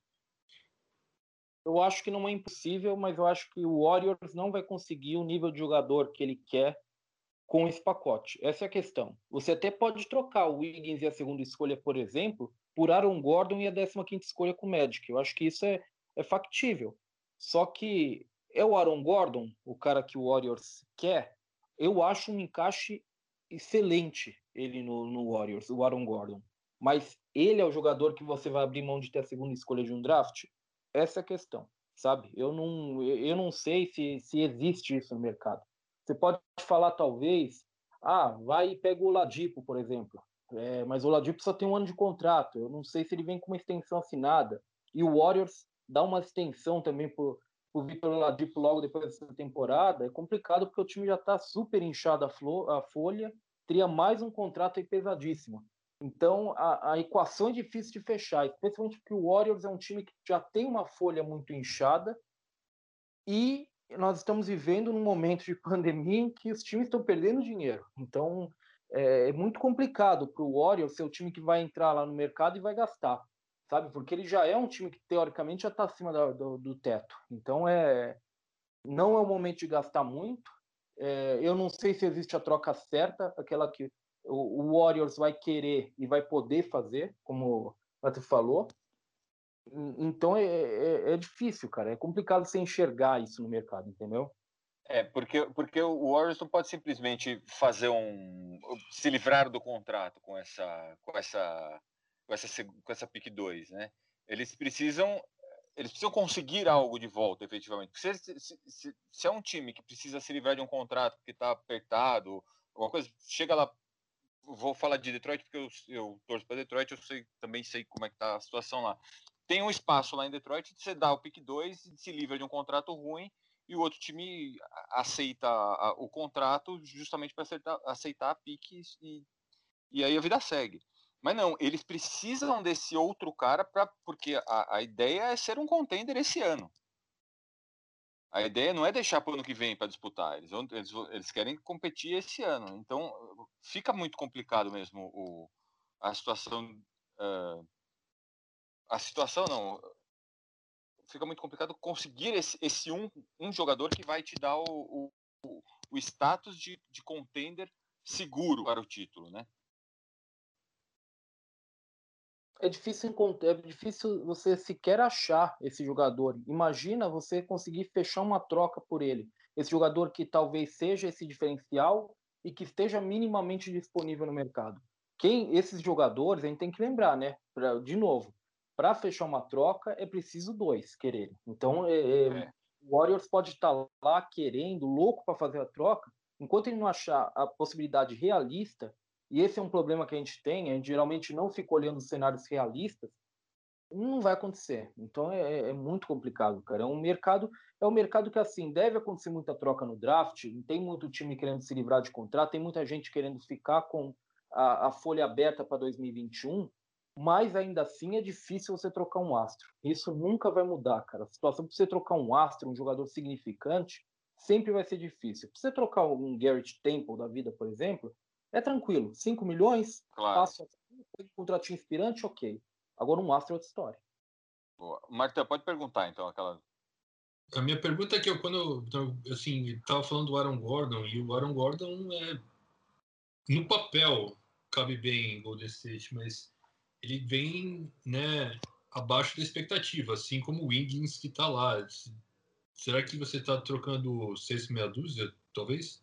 Eu acho que não é impossível, mas eu acho que o Warriors não vai conseguir o nível de jogador que ele quer com esse pacote. Essa é a questão. Você até pode trocar o Wiggins e a segunda escolha, por exemplo, por Aaron Gordon e a décima quinta escolha com o Magic. Eu acho que isso é, é factível. Só que é o Aaron Gordon, o cara que o Warriors quer, eu acho um encaixe excelente ele no, no Warriors, o Aaron Gordon. Mas ele é o jogador que você vai abrir mão de ter a segunda escolha de um draft? Essa é a questão, sabe? Eu não, eu não sei se, se existe isso no mercado. Você pode falar, talvez, ah, vai e pega o Oladipo, por exemplo. É, mas o Oladipo só tem um ano de contrato. Eu não sei se ele vem com uma extensão assinada. E o Warriors dá uma extensão também por, por Victor Oladipo logo depois dessa temporada. É complicado porque o time já está super inchado a, flo, a folha. Teria mais um contrato aí pesadíssimo. Então, a, a equação é difícil de fechar, especialmente porque o Warriors é um time que já tem uma folha muito inchada e nós estamos vivendo num momento de pandemia em que os times estão perdendo dinheiro. Então, é, é muito complicado para o Warriors ser o time que vai entrar lá no mercado e vai gastar, sabe? Porque ele já é um time que, teoricamente, já está acima da, do, do teto. Então, é, não é o momento de gastar muito. É, eu não sei se existe a troca certa, aquela que o, o Warriors vai querer e vai poder fazer, como você falou. Então é, é, é difícil, cara. É complicado você enxergar isso no mercado, entendeu? É, porque, porque o Warriors não pode simplesmente fazer um. Se livrar do contrato com essa. com essa. com essa, com essa pick dois, né? Eles precisam. Eles precisam conseguir algo de volta, efetivamente. Se, se, se, se é um time que precisa se livrar de um contrato que está apertado, alguma coisa, chega lá. Vou falar de Detroit porque eu, eu torço para Detroit, eu sei, também sei como é que tá a situação lá. Tem um espaço lá em Detroit, você dá o pick dois, se livra de um contrato ruim e o outro time aceita a, o contrato justamente para aceitar, aceitar a pique e, e aí a vida segue. Mas não, eles precisam desse outro cara pra, porque a, a ideia é ser um contender esse ano. A ideia não é deixar para o ano que vem para disputar. Eles, vão, eles, eles querem competir esse ano. Então, fica muito complicado mesmo o, a situação. Uh, a situação não. Fica muito complicado conseguir esse, esse um, um jogador que vai te dar o, o, o status de, de contender seguro para o título, né? É difícil encontrar, é difícil você sequer achar esse jogador. Imagina você conseguir fechar uma troca por ele. Esse jogador que talvez seja esse diferencial e que esteja minimamente disponível no mercado. Quem esses jogadores, a gente tem que lembrar, né? Pra, de novo, para fechar uma troca é preciso dois quererem. Então, é, é. o Warriors pode estar lá querendo, louco para fazer a troca, enquanto ele não achar a possibilidade realista. E esse é um problema que a gente tem, a gente geralmente não fica olhando cenários realistas, não vai acontecer. Então é, é muito complicado, cara. É um mercado, é um mercado que assim deve acontecer muita troca no draft. Tem muito time querendo se livrar de contrato, tem muita gente querendo ficar com a, a folha aberta para dois mil e vinte e um, mas ainda assim é difícil você trocar um astro. Isso nunca vai mudar, cara. A situação para você trocar um astro, um jogador significante, sempre vai ser difícil. Para você trocar um Garrett Temple da vida, por exemplo, é tranquilo, cinco milhões, claro. Passo um contratinho inspirante, ok. Agora um astro é outra história. Boa. Marta, pode perguntar então aquela. A minha pergunta é que eu, quando eu, assim, estava falando do Aaron Gordon, e o Aaron Gordon é, no papel cabe bem em Golden State, mas ele vem, né, abaixo da expectativa, assim como o Wiggins que está lá. Será que você está trocando seis meia dúzia, talvez?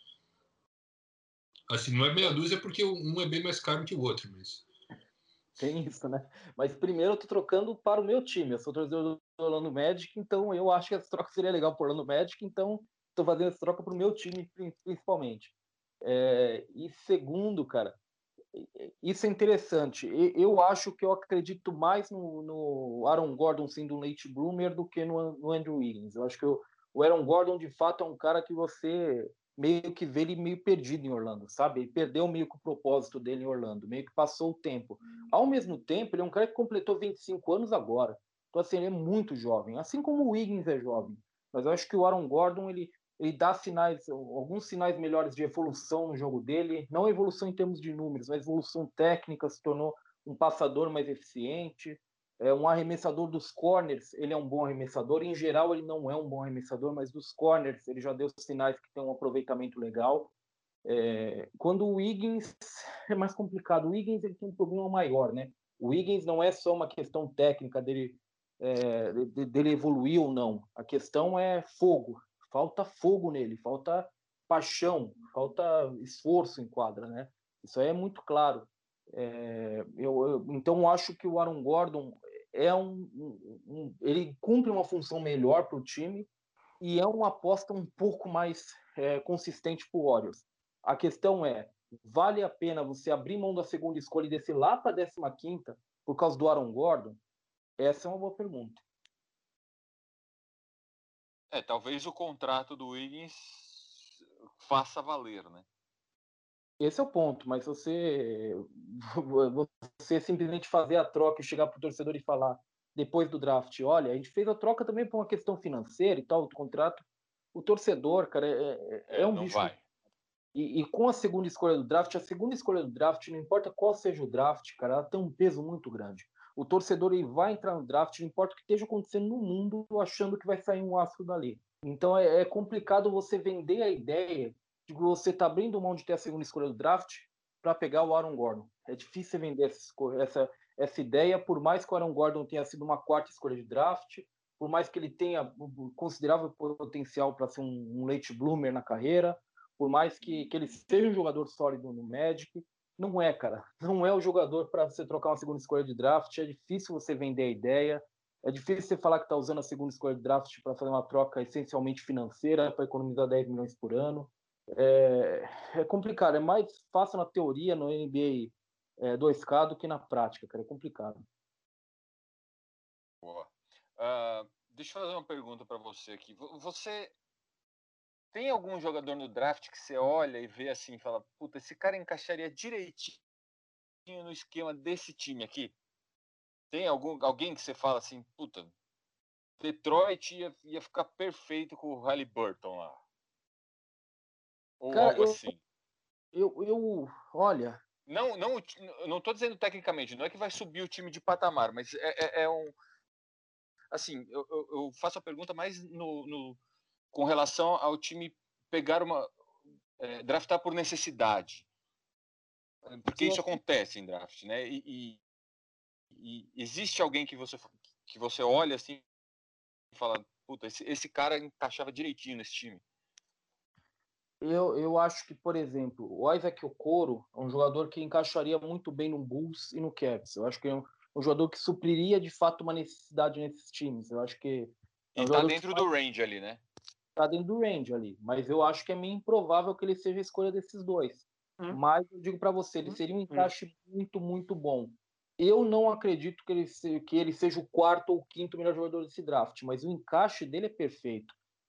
Assim, não é meia dúzia porque um é bem mais caro que o outro, mas... Tem isso, né? Mas primeiro eu tô trocando para o meu time. Eu sou torcedor do Orlando Magic, então eu acho que essa troca seria legal para o Orlando Magic, então estou fazendo essa troca para o meu time, principalmente. É, e segundo, cara, isso é interessante. Eu acho que eu acredito mais no, no Aaron Gordon sendo um late bloomer do que no, no Andrew Wiggins. Eu acho que eu, o Aaron Gordon, de fato, é um cara que você meio que vê ele meio perdido em Orlando, sabe? Ele perdeu meio que o propósito dele em Orlando, meio que passou o tempo. Ao mesmo tempo, ele é um cara que completou vinte e cinco anos agora. Então, assim, ele é muito jovem, assim como o Wiggins é jovem. Mas eu acho que o Aaron Gordon, ele, ele dá sinais, alguns sinais melhores de evolução no jogo dele, não evolução em termos de números, mas evolução técnica, se tornou um passador mais eficiente, é um arremessador dos corners, ele é um bom arremessador, em geral ele não é um bom arremessador, mas dos corners ele já deu sinais que tem um aproveitamento legal. É, quando o Wiggins é mais complicado, o Wiggins ele tem um problema maior, né? O Wiggins não é só uma questão técnica dele, é, dele evoluir ou não, a questão é fogo, falta fogo nele, falta paixão, falta esforço em quadra, né? Isso aí é muito claro. É, eu, eu, então acho que o Aaron Gordon é um, um, um ele cumpre uma função melhor para o time e é uma aposta um pouco mais é, consistente para o Warriors. A questão é, vale a pena você abrir mão da segunda escolha e descer lá para a décima quinta por causa do Aaron Gordon? Essa é uma boa pergunta. É, talvez o contrato do Wiggins faça valer, né? Esse é o ponto, mas você, você simplesmente fazer a troca e chegar para o torcedor e falar depois do draft, olha, a gente fez a troca também por uma questão financeira e tal, do contrato. O torcedor, cara, é, é, é um não bicho. Vai. E, e com a segunda escolha do draft, a segunda escolha do draft, não importa qual seja o draft, cara, ela tem um peso muito grande. O torcedor ele vai entrar no draft, não importa o que esteja acontecendo no mundo, achando que vai sair um astro dali. Então é, é complicado você vender a ideia de que você está abrindo mão de ter a segunda escolha do draft para pegar o Aaron Gordon. É difícil vender essa, essa, essa ideia, por mais que o Aaron Gordon tenha sido uma quarta escolha de draft, por mais que ele tenha considerável potencial para ser um, um late bloomer na carreira, por mais que, que ele seja um jogador sólido no Magic, não é, cara. Não é o jogador para você trocar uma segunda escolha de draft. É difícil você vender a ideia. É difícil você falar que está usando a segunda escolha de draft para fazer uma troca essencialmente financeira, para economizar dez milhões por ano. É, é complicado. É mais fácil na teoria, no N B A é, dois K, do que na prática, cara. É complicado. Boa. Uh, deixa eu fazer uma pergunta para você aqui. Você tem algum jogador no draft que você olha e vê assim, e fala, puta, esse cara encaixaria direitinho no esquema desse time aqui? Tem algum, alguém que você fala assim, puta, Detroit ia, ia ficar perfeito com o Haliburton lá? Ou Cara, algo eu, assim? eu, eu, olha, Não, não, eu não tô dizendo tecnicamente, não é que vai subir o time de patamar, mas é, é, é um. Assim, eu, eu, eu faço a pergunta mais no, no, com relação ao time pegar uma. É, draftar por necessidade. Porque eu isso acho que acontece em draft, né? E, e, e existe alguém que você, que você olha assim e fala, puta, esse, esse cara encaixava direitinho nesse time. Eu, eu acho que, por exemplo, o Isaac Okoro é um jogador que encaixaria muito bem no Bulls e no Cavs. Eu acho que é um, um jogador que supriria de fato uma necessidade nesses times. Eu acho que é E um tá jogador que dentro do range ali, né? está dentro do range ali. Mas eu acho que é meio improvável que ele seja a escolha desses dois. Hum. Mas eu digo para você, ele seria um encaixe muito, muito bom. Eu não acredito que ele, se, que ele seja o quarto ou quinto melhor jogador desse draft, mas o encaixe dele é perfeito.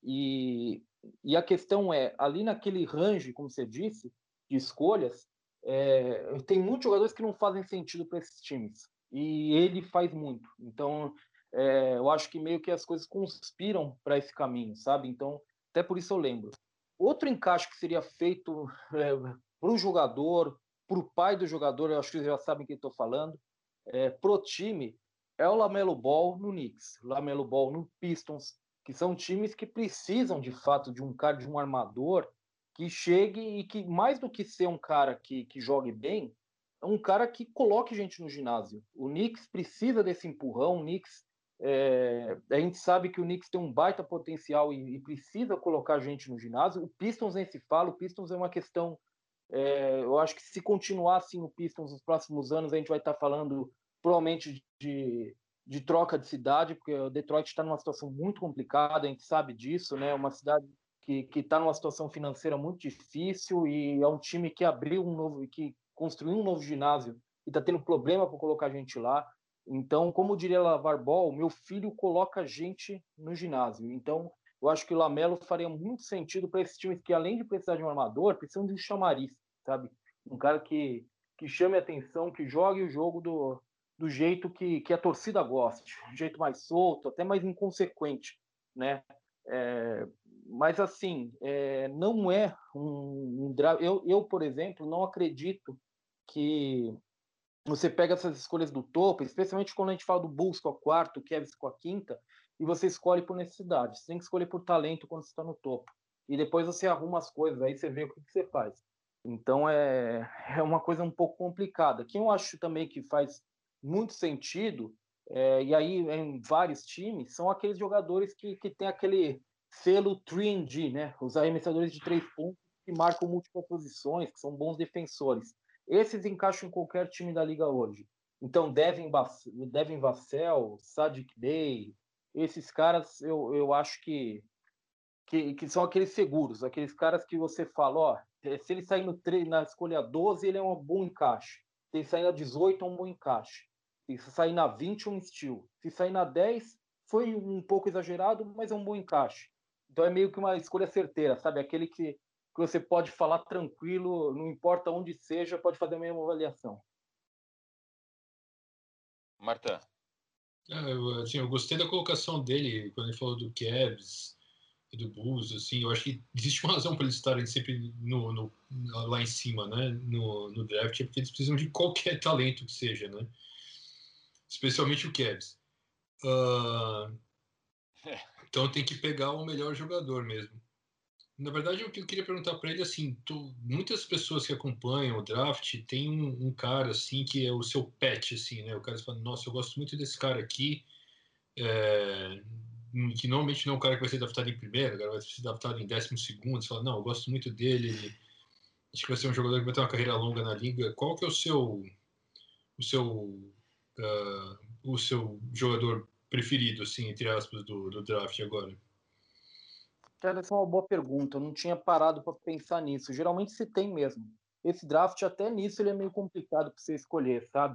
E, e a questão é, ali naquele range, como você disse, de escolhas, é, tem muitos jogadores que não fazem sentido para esses times. E ele faz muito. Então, é, eu acho que meio que as coisas conspiram para esse caminho, sabe? Então, até por isso eu lembro. Outro encaixe que seria feito é, para o jogador, para o pai do jogador, eu acho que vocês já sabem quem estou falando, é, pro time, é o Lamelo Ball no Knicks, Lamelo Ball no Pistons, que são times que precisam de fato de um cara, de um armador que chegue e que, mais do que ser um cara que, que jogue bem, é um cara que coloque gente no ginásio. O Knicks precisa desse empurrão, o Knicks é, a gente sabe que o Knicks tem um baita potencial e, e, precisa colocar gente no ginásio. O Pistons nem se fala, o Pistons é uma questão. É, eu acho que se continuar assim o Pistons nos próximos anos, a gente vai estar falando provavelmente de, de troca de cidade, porque o Detroit está numa situação muito complicada, a gente sabe disso, né? Uma cidade que está numa situação financeira muito difícil e é um time que abriu um novo, que construiu um novo ginásio e está tendo problema para colocar gente lá. Então, como diria Lavar Ball, meu filho coloca gente no ginásio. Então, eu acho que o Lamelo faria muito sentido para esses times que, além de precisar de um armador, precisam de um chamariz, sabe? Um cara que, que chame a atenção, que jogue o jogo do, do jeito que, que a torcida goste, um jeito mais solto, até mais inconsequente, né? É, mas, assim, é, não é um, um... Eu, eu, por exemplo, não acredito que você pega essas escolhas do topo, especialmente quando a gente fala do Bulls com a quarta, o Cavs com a quinta, e você escolhe por necessidade. Você tem que escolher por talento quando você está no topo. E depois você arruma as coisas, aí você vê o que, que você faz. Então é, é uma coisa um pouco complicada. Quem eu acho também que faz muito sentido, é, e aí em vários times, são aqueles jogadores que, que tem aquele selo três D, né? Os arremessadores de três pontos que marcam múltiplas posições, que são bons defensores. Esses encaixam em qualquer time da liga hoje. Então, Devin, Devin Vassell, Sadiq Bey, esses caras eu, eu acho que, que, que são aqueles seguros, aqueles caras que você fala, ó, se ele sair no na escolha doze, ele é um bom encaixe. Se ele sair na dezoito, é um bom encaixe. Se sair na vinte, é um steal. Se sair na dez, foi um pouco exagerado, mas é um bom encaixe. Então é meio que uma escolha certeira, sabe? Aquele que, que você pode falar tranquilo, não importa onde seja, pode fazer a mesma avaliação. Marta. É, eu, assim, eu gostei da colocação dele quando ele falou do Cavs e do Bulls. Assim, eu acho que existe uma razão para eles estarem sempre no, no, lá em cima, né, no, no draft, é porque eles precisam de qualquer talento que seja, né? Especialmente o Cavs. Uh, então tem que pegar o melhor jogador mesmo. Na verdade, o que eu queria perguntar para ele, assim, tu, muitas pessoas que acompanham o draft tem um, um cara, assim, que é o seu pet, assim, né? O cara fala, nossa, eu gosto muito desse cara aqui, é, que normalmente não é um cara que vai ser draftado em primeiro, o cara vai ser draftado em décimo segundo, você fala, não, eu gosto muito dele, ele, acho que vai ser um jogador que vai ter uma carreira longa na liga. Qual que é o seu, o seu, uh, o seu jogador preferido, assim, entre aspas, do, do draft agora? Cara, essa é uma boa pergunta. Eu não tinha parado para pensar nisso. Geralmente se tem mesmo. Esse draft, até nisso, ele é meio complicado para você escolher, sabe?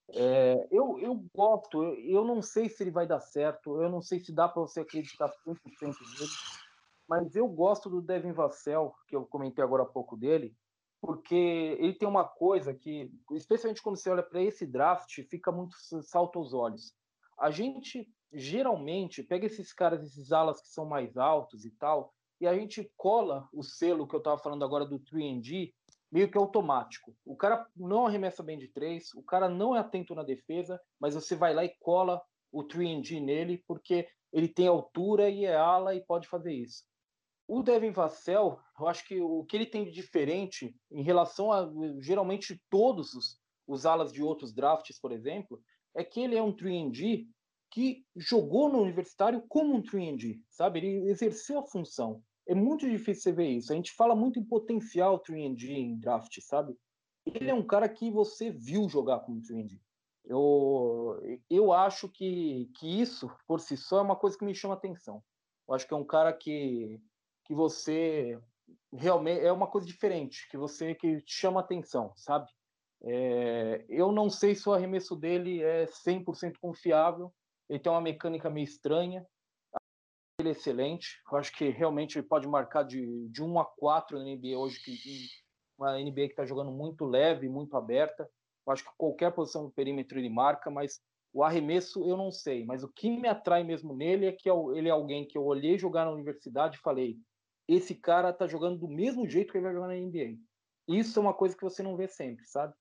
É, eu, eu gosto, eu, eu não sei se ele vai dar certo, eu não sei se dá para você acreditar cem por cento nele, mas eu gosto do Devin Vassell, que eu comentei agora há pouco dele, porque ele tem uma coisa que, especialmente quando você olha para esse draft, fica muito salto aos olhos. A gente geralmente pega esses caras, esses alas que são mais altos e tal, e a gente cola o selo que eu estava falando agora do três and D meio que automático. O cara não arremessa bem de três, o cara não é atento na defesa, mas você vai lá e cola o três and D nele porque ele tem altura e é ala e pode fazer isso. O Devin Vassell, eu acho que o que ele tem de diferente em relação a geralmente todos os, os alas de outros drafts, por exemplo, é que ele é um três and D que jogou no universitário como um três and D, sabe? Ele exerceu a função. É muito difícil você ver isso. A gente fala muito em potencial três and D em draft, sabe? Ele é um cara que você viu jogar como três and D. Eu, eu acho que, que isso, por si só, é uma coisa que me chama atenção. Eu acho que é um cara que que você realmente é uma coisa diferente, que você que chama atenção, sabe? É, eu não sei se o arremesso dele é cem por cento confiável, ele tem uma mecânica meio estranha, ele é excelente, eu acho que realmente ele pode marcar de, de um a quatro na N B A hoje, que, uma N B A que está jogando muito leve, muito aberta, eu acho que qualquer posição do perímetro ele marca, mas o arremesso eu não sei, mas o que me atrai mesmo nele é que ele é alguém que eu olhei jogar na universidade e falei, esse cara tá jogando do mesmo jeito que ele vai jogar na N B A. Isso é uma coisa que você não vê sempre, sabe?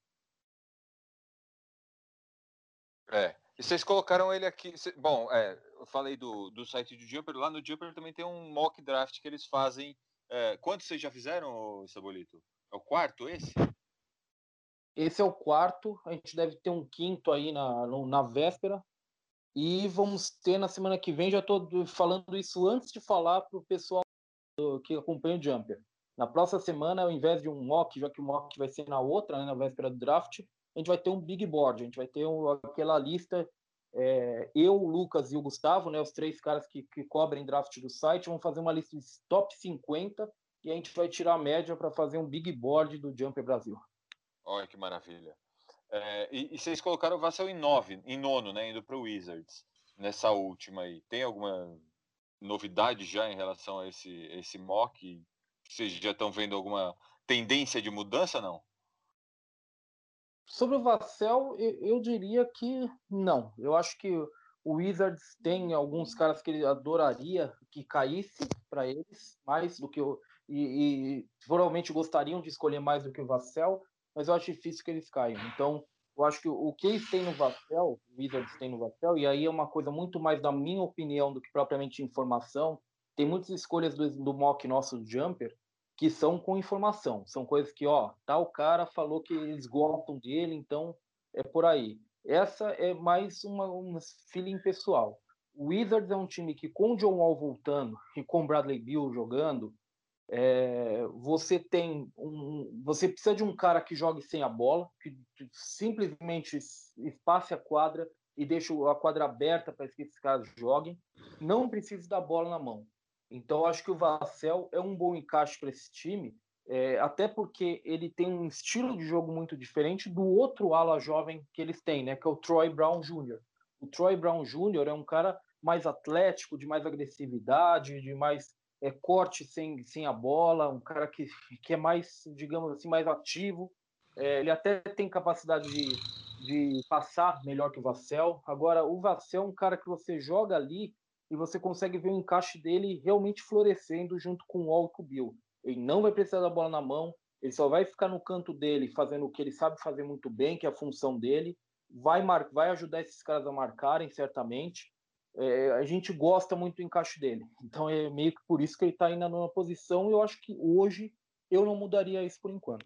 É. E vocês colocaram ele aqui. Bom, é, eu falei do, do site do Jumper. Lá no Jumper também tem um mock draft que eles fazem. É, quantos vocês já fizeram, Sabolito? É o quarto esse? Esse é o quarto. A gente deve ter um quinto aí na, na véspera. E vamos ter na semana que vem. Já estou falando isso antes de falar para o pessoal que acompanha o Jumper. Na próxima semana, ao invés de um mock, já que o mock vai ser na outra, né, na véspera do draft, a gente vai ter um big board, a gente vai ter um, aquela lista, é, eu, o Lucas e o Gustavo, né, os três caras que, que cobrem draft do site, vão fazer uma lista de top cinquenta e a gente vai tirar a média para fazer um big board do Jumper Brasil. Olha que maravilha. É, e, e vocês colocaram o Vassell em nove, em nono, né, indo para o Wizards, nessa última aí. Tem alguma novidade já em relação a esse, esse mock? Vocês já estão vendo alguma tendência de mudança, não? Sobre o Vassell, eu, eu diria que não. Eu acho que o Wizards tem alguns caras que ele adoraria que caísse para eles, mais do que o. E, e provavelmente gostariam de escolher mais do que o Vassell, mas eu acho difícil que eles caiam. Então, eu acho que o que eles têm no Vassell, o Wizards tem no Vassell, e aí é uma coisa muito mais da minha opinião do que propriamente informação. Tem muitas escolhas do, do mock nosso do Jumper que são com informação. São coisas que, ó, tal cara falou que eles gostam dele, então é por aí. Essa é mais uma, um feeling pessoal. O Wizards é um time que, com o John Wall voltando e com o Bradley Beal jogando, é, você tem um, você precisa de um cara que jogue sem a bola, que simplesmente espace a quadra e deixe a quadra aberta para que esses caras joguem. Não precisa da bola na mão. Então, acho que o Vassell é um bom encaixe para esse time, é, até porque ele tem um estilo de jogo muito diferente do outro ala jovem que eles têm, né, que é o Troy Brown Júnior O Troy Brown Júnior é um cara mais atlético, de mais agressividade, de mais é, corte sem, sem a bola, um cara que, que é mais, digamos assim, mais ativo. É, ele até tem capacidade de, de passar melhor que o Vassell. Agora, o Vassell é um cara que você joga ali e você consegue ver o encaixe dele realmente florescendo junto com o Wall e com o Beal. Ele não vai precisar da bola na mão, ele só vai ficar no canto dele fazendo o que ele sabe fazer muito bem, que é a função dele, vai, mar... vai ajudar esses caras a marcarem, certamente. É, a gente gosta muito do encaixe dele. Então é meio que por isso que ele está aí na nona posição e eu acho que hoje eu não mudaria isso por enquanto.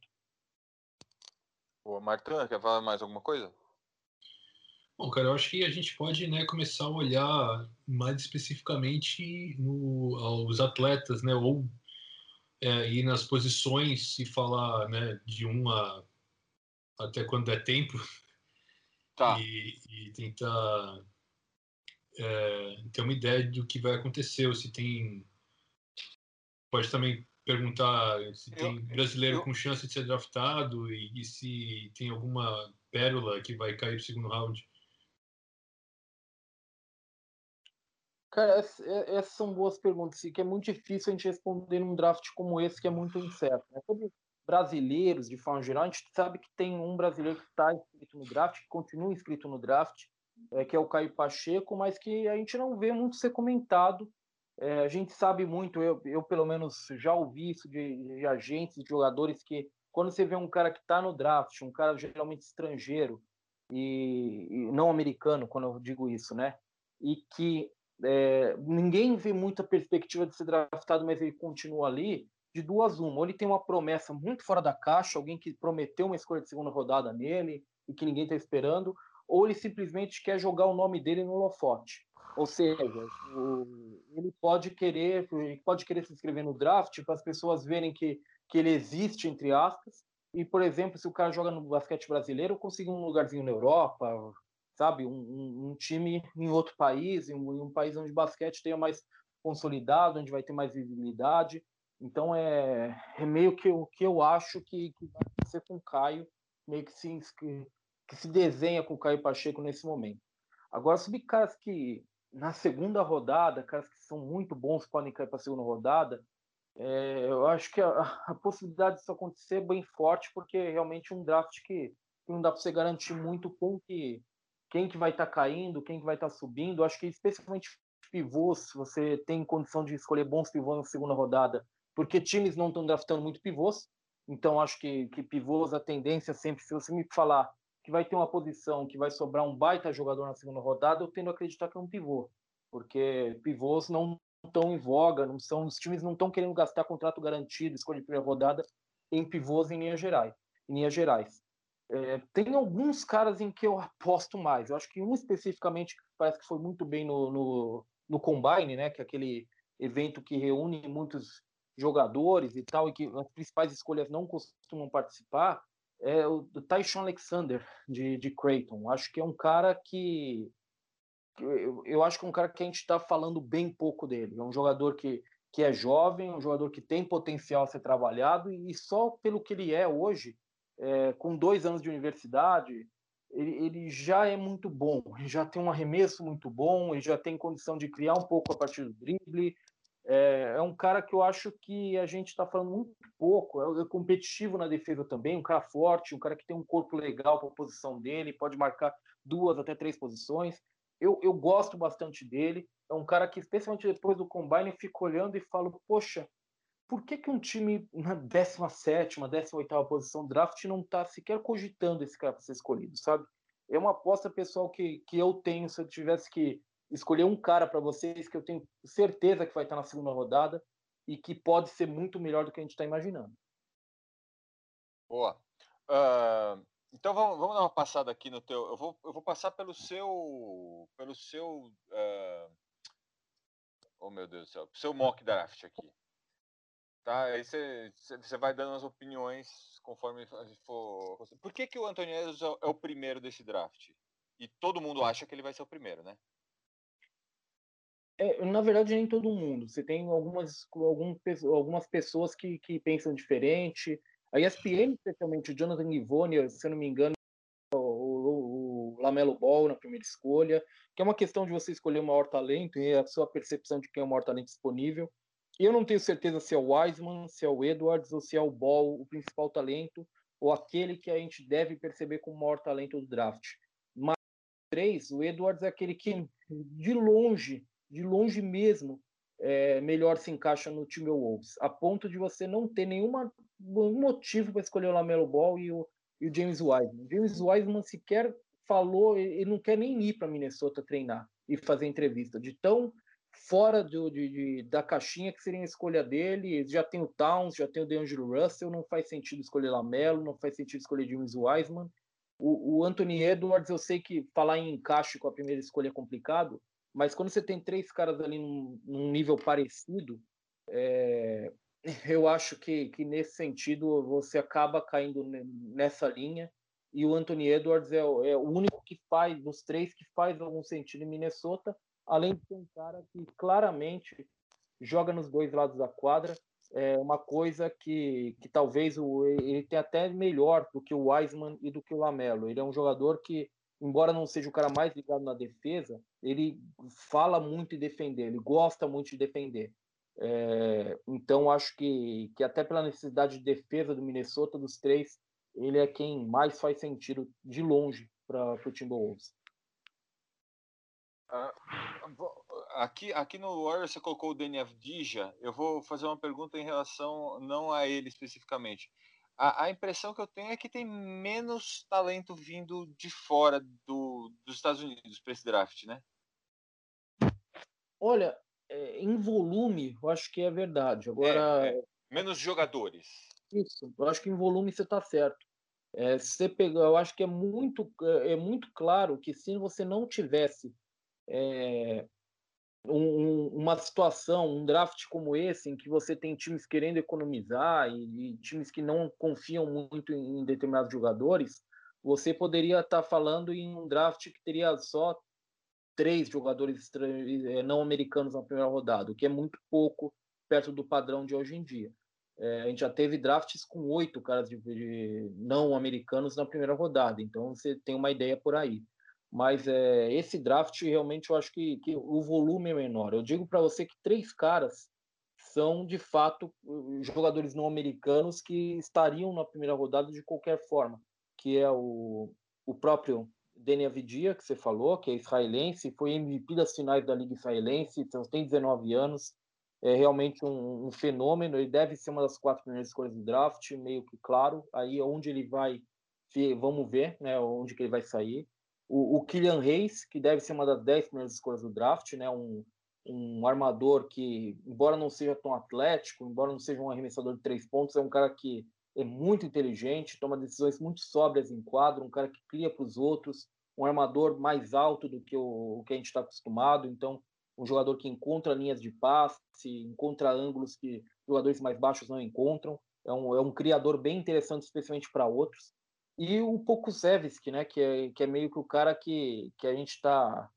Ô, Martin, quer falar mais alguma coisa? Bom, cara, eu acho que a gente pode, né, começar a olhar mais especificamente no, aos atletas, né, ou é, ir nas posições e falar, né, de um a até quando der tempo, tá. e, e tentar é, ter uma ideia do que vai acontecer, ou se tem... Pode também perguntar se tem Eu, brasileiro eu, com chance de ser draftado e, e se tem alguma pérola que vai cair no segundo round? Cara, essas são boas perguntas, e que é muito difícil a gente responder num draft como esse, que é muito incerto. Né? Sobre brasileiros, de forma geral, a gente sabe que tem um brasileiro que está inscrito no draft, que continua inscrito no draft, é, que é o Caio Pacheco, mas que a gente não vê muito ser comentado. É, a gente sabe muito, eu, eu pelo menos já ouvi isso de, de agentes, de jogadores, que quando você vê um cara que está no draft, um cara geralmente estrangeiro, e, e não americano, quando eu digo isso, né? E que é, ninguém vê muita perspectiva de ser draftado, mas ele continua ali, de duas uma. Ou ele tem uma promessa muito fora da caixa, alguém que prometeu uma escolha de segunda rodada nele e que ninguém está esperando, ou ele simplesmente quer jogar o nome dele no holofote. Ou seja, o, ele pode querer, ele pode querer se inscrever no draft para as pessoas verem que, que ele existe, entre aspas, e, por exemplo, se o cara joga no basquete brasileiro, conseguir um lugarzinho na Europa, sabe, um, um, um time em outro país, em um, em um país onde o basquete tenha mais consolidado, onde vai ter mais visibilidade. Então é, é meio que o que eu acho que, que vai acontecer com o Caio, meio que se, que, que se desenha com o Caio Pacheco nesse momento. Agora, sobre caras que na segunda rodada, caras que são muito bons podem cair para a segunda rodada, é, eu acho que a, a possibilidade disso acontecer é bem forte, porque é realmente um draft que, que não dá para você garantir muito com que quem que vai estar tá caindo, quem que vai estar tá subindo. Acho que especialmente pivôs, você tem condição de escolher bons pivôs na segunda rodada, porque times não estão draftando muito pivôs. Então acho que, que pivôs, a tendência sempre, se você me falar que vai ter uma posição que vai sobrar um baita jogador na segunda rodada, eu tendo a acreditar que é um pivô, porque pivôs não estão em voga, não são, os times não estão querendo gastar contrato garantido, escolha de primeira rodada em pivôs em linhas gerais. Em linhas gerais. É, tem alguns caras em que eu aposto mais. Eu acho que um especificamente parece que foi muito bem no, no, no Combine, né? Que é aquele evento que reúne muitos jogadores e tal, e que as principais escolhas não costumam participar, é o do Tyshon Alexander, de, de Creighton. Acho que é um cara que... Eu, eu acho que é um cara que a gente está falando bem pouco dele. É um jogador que, que é jovem, um jogador que tem potencial a ser trabalhado, e só pelo que ele é hoje, é, com dois anos de universidade, ele, ele já é muito bom, ele já tem um arremesso muito bom, ele já tem condição de criar um pouco a partir do drible. É, é um cara que eu acho que a gente está falando muito pouco. É, é competitivo na defesa também, um cara forte, um cara que tem um corpo legal para a posição dele, pode marcar duas até três posições. Eu, eu gosto bastante dele. É um cara que, especialmente depois do Combine, eu fico olhando e falo, poxa, por que, que um time na décima sétima, décima oitava posição do draft não está sequer cogitando esse cara para ser escolhido, sabe? É uma aposta pessoal que, que eu tenho, se eu tivesse que escolher um cara para vocês, que eu tenho certeza que vai estar na segunda rodada e que pode ser muito melhor do que a gente está imaginando. Boa. Uh, então vamos, vamos dar uma passada aqui no teu. Eu vou, eu vou passar pelo seu. Pelo seu. Uh, oh meu Deus do céu. Seu mock draft aqui. Tá? Aí você, você vai dando as opiniões conforme for. Por que, que o Anthony Edwards é o primeiro desse draft? E todo mundo acha que ele vai ser o primeiro, né? É, na verdade, nem todo mundo. Você tem algumas, algum, algumas pessoas que, que pensam diferente. A E S P N, especialmente, o Jonathan Givony, se eu não me engano, o, o, o Lamelo Ball na primeira escolha, que é uma questão de você escolher o maior talento e a sua percepção de quem é o maior talento disponível. E eu não tenho certeza se é o Wiseman, se é o Edwards ou se é o Ball o principal talento, ou aquele que a gente deve perceber como o maior talento do draft. Mas três, o Edwards é aquele que, de longe, de longe mesmo, é, melhor se encaixa no Timberwolves, a ponto de você não ter nenhuma, nenhum motivo para escolher o Lamelo Ball e o, e o James Wiseman. James Wiseman sequer falou, ele não quer nem ir para Minnesota treinar e fazer entrevista, de tão fora do, de, de, da caixinha que seria a escolha dele. Já tem o Towns, já tem o DeAngelo Russell, não faz sentido escolher Lamelo, não faz sentido escolher James Wiseman. O, o Anthony Edwards, eu sei que falar em encaixe com a primeira escolha é complicado, mas quando você tem três caras ali num, num nível parecido, é, eu acho que, que nesse sentido você acaba caindo nessa linha, e o Anthony Edwards é, é o único que faz, dos três, que faz algum sentido em Minnesota, além de ser um cara que claramente joga nos dois lados da quadra, é uma coisa que, que talvez o, ele tenha até melhor do que o Wiseman e do que o Lamelo. Ele é um jogador que, embora não seja o cara mais ligado na defesa, ele fala muito em defender, ele gosta muito de defender. É, então, acho que, que até pela necessidade de defesa do Minnesota, dos três, ele é quem mais faz sentido de longe para o Timberwolves. Ah, aqui, aqui no Warriors você colocou o Deni Avdija. Eu vou fazer uma pergunta em relação não a ele especificamente. A, a impressão que eu tenho é que tem menos talento vindo de fora do, dos Estados Unidos para esse draft, né? Olha, é, em volume, eu acho que é verdade. Agora, É, é. Menos jogadores. isso, eu acho que em volume você está certo. É, se você pegar, eu acho que é muito, é, é muito claro que se você não tivesse é, um, uma situação, um draft como esse, em que você tem times querendo economizar e, e times que não confiam muito em, em determinados jogadores, você poderia estar falando em um draft que teria só três jogadores não americanos na primeira rodada, o que é muito pouco perto do padrão de hoje em dia. É, a gente já teve drafts com oito caras de, de não americanos na primeira rodada, então você tem uma ideia por aí. Mas é, esse draft realmente eu acho que, que o volume é menor. Eu digo para você que três caras são de fato jogadores não americanos que estariam na primeira rodada de qualquer forma, que é o, o próprio Deni Avdija, que você falou, que é israelense, foi M V P das finais da Liga Israelense, então tem dezenove anos, é realmente um, um fenômeno, ele deve ser uma das quatro primeiras escolhas do draft, meio que claro, aí onde ele vai, vamos ver, né, onde que ele vai sair. O, o Killian Hayes, que deve ser uma das dez primeiras escolhas do draft, né, um, um armador que, embora não seja tão atlético, embora não seja um arremessador de três pontos, é um cara que é muito inteligente, toma decisões muito sóbrias em quadro, um cara que cria para os outros, um armador mais alto do que o, o que a gente está acostumado, então um jogador que encontra linhas de passe, encontra ângulos que jogadores mais baixos não encontram, é um, é um criador bem interessante, especialmente para outros. E o Pokusevski, né, que é, que é meio que o cara que, que a gente está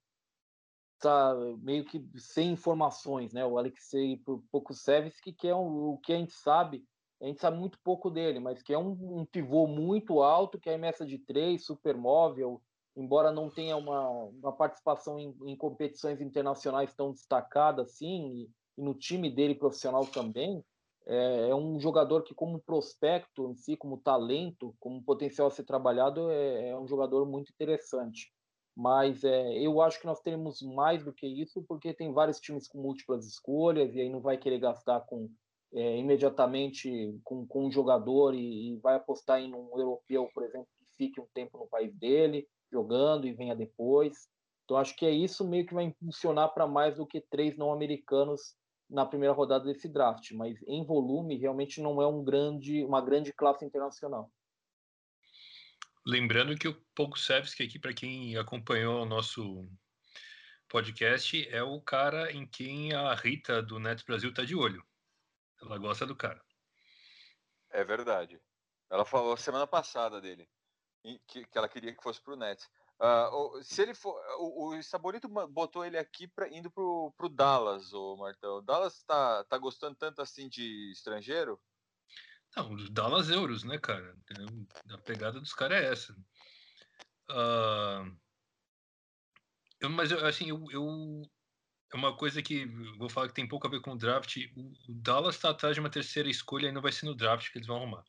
tá meio que sem informações, né? O Alexei Pokusevski, que é um, o que a gente sabe, a gente sabe muito pouco dele, mas que é um, um pivô muito alto, que arremessa de três, super móvel, embora não tenha uma, uma participação em, em competições internacionais tão destacada assim, e, e no time dele profissional também, é, é um jogador que, como prospecto em si, como talento, como potencial a ser trabalhado, é, é um jogador muito interessante. Mas é, eu acho que nós teremos mais do que isso, porque tem vários times com múltiplas escolhas, e aí não vai querer gastar com é, imediatamente com, com um jogador e, e vai apostar em um europeu, por exemplo, que fique um tempo no país dele, jogando e venha depois. Então acho que é isso meio que vai impulsionar para mais do que três não americanos na primeira rodada desse draft, mas em volume realmente não é um grande, uma grande classe internacional. Lembrando que o Pokusevski aqui, para quem acompanhou o nosso podcast, é o cara em quem a Rita do Nets Brasil tá de olho. Ela gosta do cara. É verdade. Ela falou semana passada dele, que, que ela queria que fosse pro Nets. Uh, se ele for, o, o Saborito botou ele aqui pra, indo pro, pro Dallas, o Martão. O Dallas tá, tá gostando tanto assim de estrangeiro? Não, os Dallas Euros, né, cara? A pegada dos caras é essa. Uh, eu, mas, eu, assim, eu, eu... É uma coisa que vou falar que tem pouco a ver com o draft. O, o Dallas está atrás de uma terceira escolha e não vai ser no draft que eles vão arrumar.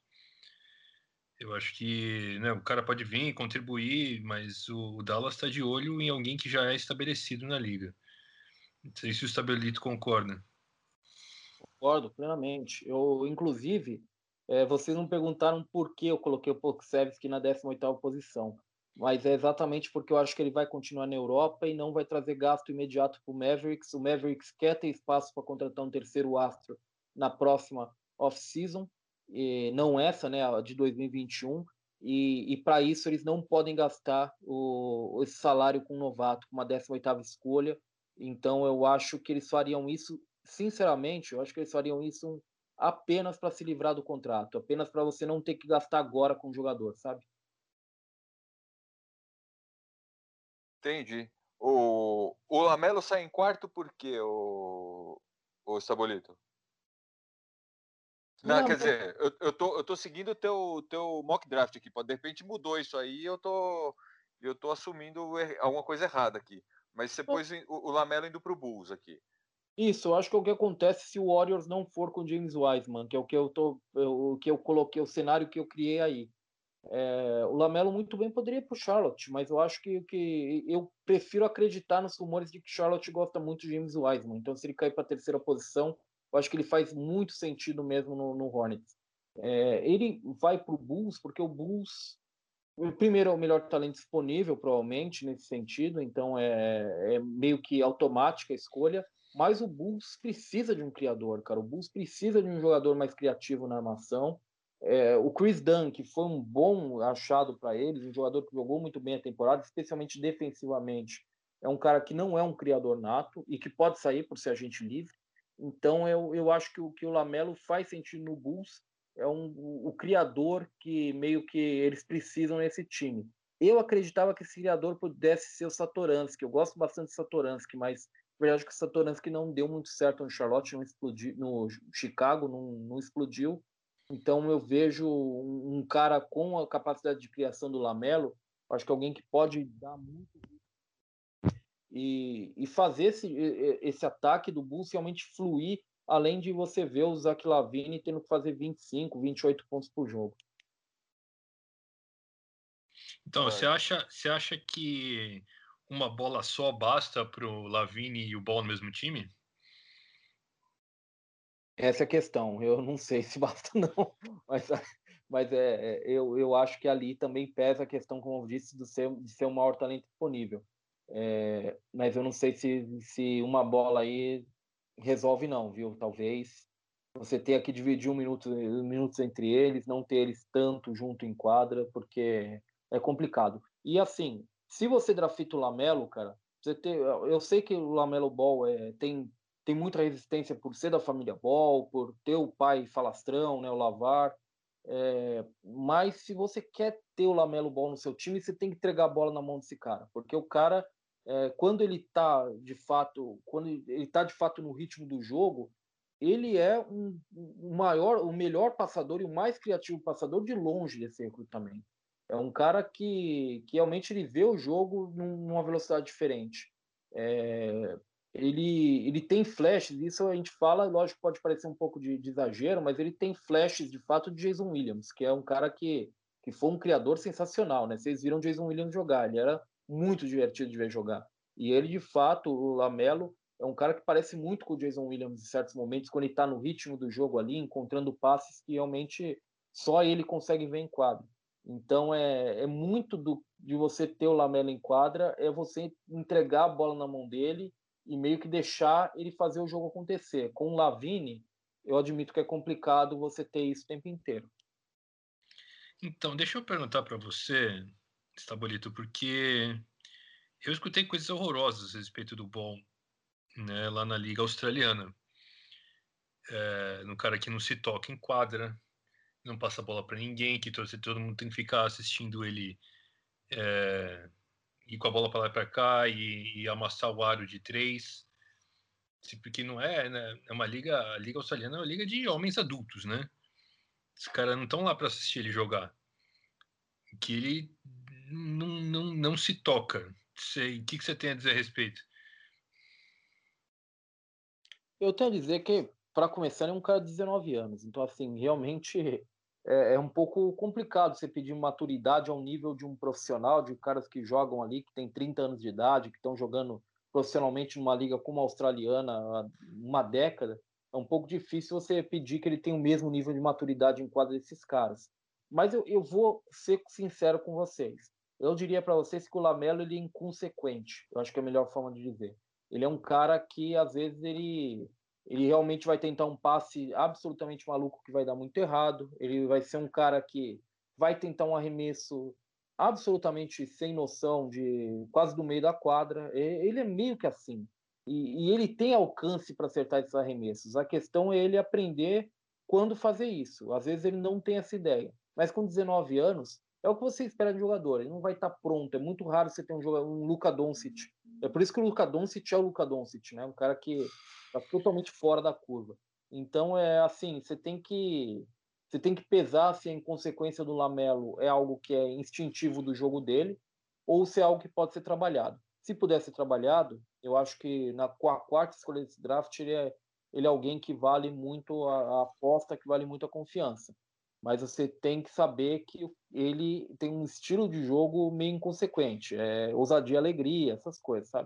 Eu acho que né, o cara pode vir contribuir, mas o, o Dallas está de olho em alguém que já é estabelecido na liga. Não sei se o Estabelito concorda. Concordo plenamente. Eu, inclusive, é, vocês não perguntaram por que eu coloquei o Pokusevski na décima oitava posição, mas é exatamente porque eu acho que ele vai continuar na Europa e não vai trazer gasto imediato para o Mavericks. O Mavericks quer ter espaço para contratar um terceiro astro na próxima off-season, e não essa, né, a de dois mil e vinte e um, e, e para isso eles não podem gastar o, esse salário com um novato, com uma décima oitava escolha. Então eu acho que eles fariam isso, sinceramente, eu acho que eles fariam isso apenas para se livrar do contrato, apenas para você não ter que gastar agora com o jogador, sabe? Entendi. O, o Lamelo sai em quarto por quê, o, o Sabolito? Não, quer dizer, eu, eu, tô, eu tô seguindo o teu, teu mock draft aqui, pode, de repente mudou isso aí, eu tô, eu tô assumindo er- alguma coisa errada aqui. Mas você pôs o, o Lamelo indo pro Bulls aqui. Isso, eu acho que é o que acontece se o Warriors não for com o James Wiseman, que é o que eu tô, o que eu coloquei, o cenário que eu criei aí. É, o Lamelo muito bem poderia ir para o Charlotte, mas eu acho que, que eu prefiro acreditar nos rumores de que Charlotte gosta muito de James Wiseman. Então, se ele cair para a terceira posição, eu acho que ele faz muito sentido mesmo no, no Hornets. É, ele vai para o Bulls porque o Bulls, primeiro, é o melhor talento disponível, provavelmente, nesse sentido, então é, é meio que automática a escolha. Mas o Bulls precisa de um criador, cara. O Bulls precisa de um jogador mais criativo na armação. É, o Chris Dunn, que foi um bom achado para eles, um jogador que jogou muito bem a temporada, especialmente defensivamente. É um cara que não é um criador nato e que pode sair por ser agente livre. Então eu, eu acho que o, que o Lamelo faz sentido no Bulls. É um, o, o criador que meio que eles precisam nesse time. Eu acreditava que esse criador pudesse ser o Satoransky. Eu gosto bastante do Satoransky, mas na verdade que o Satoransky não deu muito certo no Charlotte, não explodiu, no Chicago não, não explodiu. Então eu vejo um, um cara com a capacidade de criação do Lamelo, acho que alguém que pode dar muito e, e fazer esse, esse ataque do Bulls realmente fluir, além de você ver o Zach LaVine tendo que fazer vinte e cinco, vinte e oito pontos por jogo. Então, você acha, você acha que uma bola só basta para o LaVine e o Ball no mesmo time? Essa é a questão. Eu não sei se basta, não. Mas, mas é, é, eu, eu acho que ali também pesa a questão, como eu disse, do ser, de ser o maior talento disponível. É, mas eu não sei se, se uma bola aí resolve, não, viu? Talvez você tenha que dividir um minuto, minutos entre eles, não ter eles tanto junto em quadra, porque é complicado. E assim, se você drafta o Lamelo, cara, você ter, eu sei que o Lamelo Ball é, tem tem muita resistência por ser da família Ball, por ter o pai falastrão, né, o Lavar. É, mas se você quer ter o Lamelo Ball no seu time, você tem que entregar a bola na mão desse cara, porque o cara, é, quando ele está de fato, quando ele tá de fato no ritmo do jogo, ele é um, um maior, o melhor passador e o mais criativo passador de longe desse recrutamento. É um cara que, que realmente ele vê o jogo numa velocidade diferente. É, ele, ele tem flashes, isso a gente fala, lógico, pode parecer um pouco de, de exagero, mas ele tem flashes de fato de Jason Williams, que é um cara que, que foi um criador sensacional, né? Vocês viram Jason Williams jogar, ele era muito divertido de ver jogar. E ele, de fato, o Lamelo, é um cara que parece muito com o Jason Williams em certos momentos, quando ele está no ritmo do jogo ali, encontrando passes que realmente só ele consegue ver em quadro. Então é, é muito do, de você ter o Lamelo em quadra, é você entregar a bola na mão dele e meio que deixar ele fazer o jogo acontecer. Com o LaVine, eu admito que é complicado você ter isso o tempo inteiro. Então, deixa eu perguntar para você, Stabolito, porque eu escutei coisas horrorosas a respeito do Ball, né, lá na Liga Australiana. É, um cara que não se toca em quadra, não passa a bola para ninguém, que todo, todo mundo tem que ficar assistindo ele é, ir com a bola para lá e para cá e, e amassar o aro de três. Porque não é, né? É uma liga, a Liga Australiana é uma liga de homens adultos, né? Os caras não estão lá para assistir ele jogar. Que ele não, não, não se toca. Sei, o que, que você tem a dizer a respeito? Eu tenho a dizer que, para começar, ele é um cara de dezenove anos. Então, assim, realmente é, é um pouco complicado você pedir maturidade ao nível de um profissional, de caras que jogam ali, que tem trinta anos de idade, que estão jogando profissionalmente numa liga como a australiana há uma década. É um pouco difícil você pedir que ele tenha o mesmo nível de maturidade em quadra desses caras. Mas eu, eu vou ser sincero com vocês. Eu diria para vocês que o Lamelo ele é inconsequente. Eu acho que é a melhor forma de dizer. Ele é um cara que, às vezes, ele, ele realmente vai tentar um passe absolutamente maluco que vai dar muito errado. Ele vai ser um cara que vai tentar um arremesso absolutamente sem noção, de quase do meio da quadra. Ele é meio que assim. E, e ele tem alcance para acertar esses arremessos. A questão é ele aprender quando fazer isso. Às vezes ele não tem essa ideia. Mas com dezenove anos, é o que você espera de jogador. Ele não vai estar pronto. É muito raro você ter um, jogador, um Luka Doncic. É por isso que o Luka Doncic é o Luka Doncic, né? Um cara que está totalmente fora da curva. Então, é assim, você tem que você tem que pesar se a inconsequência do Lamelo é algo que é instintivo do jogo dele ou se é algo que pode ser trabalhado. Se puder ser trabalhado, eu acho que na com a quarta escolha desse draft ele é, ele é alguém que vale muito a, a aposta, que vale muito a confiança. Mas você tem que saber que ele tem um estilo de jogo meio inconsequente, é ousadia, alegria, essas coisas, sabe?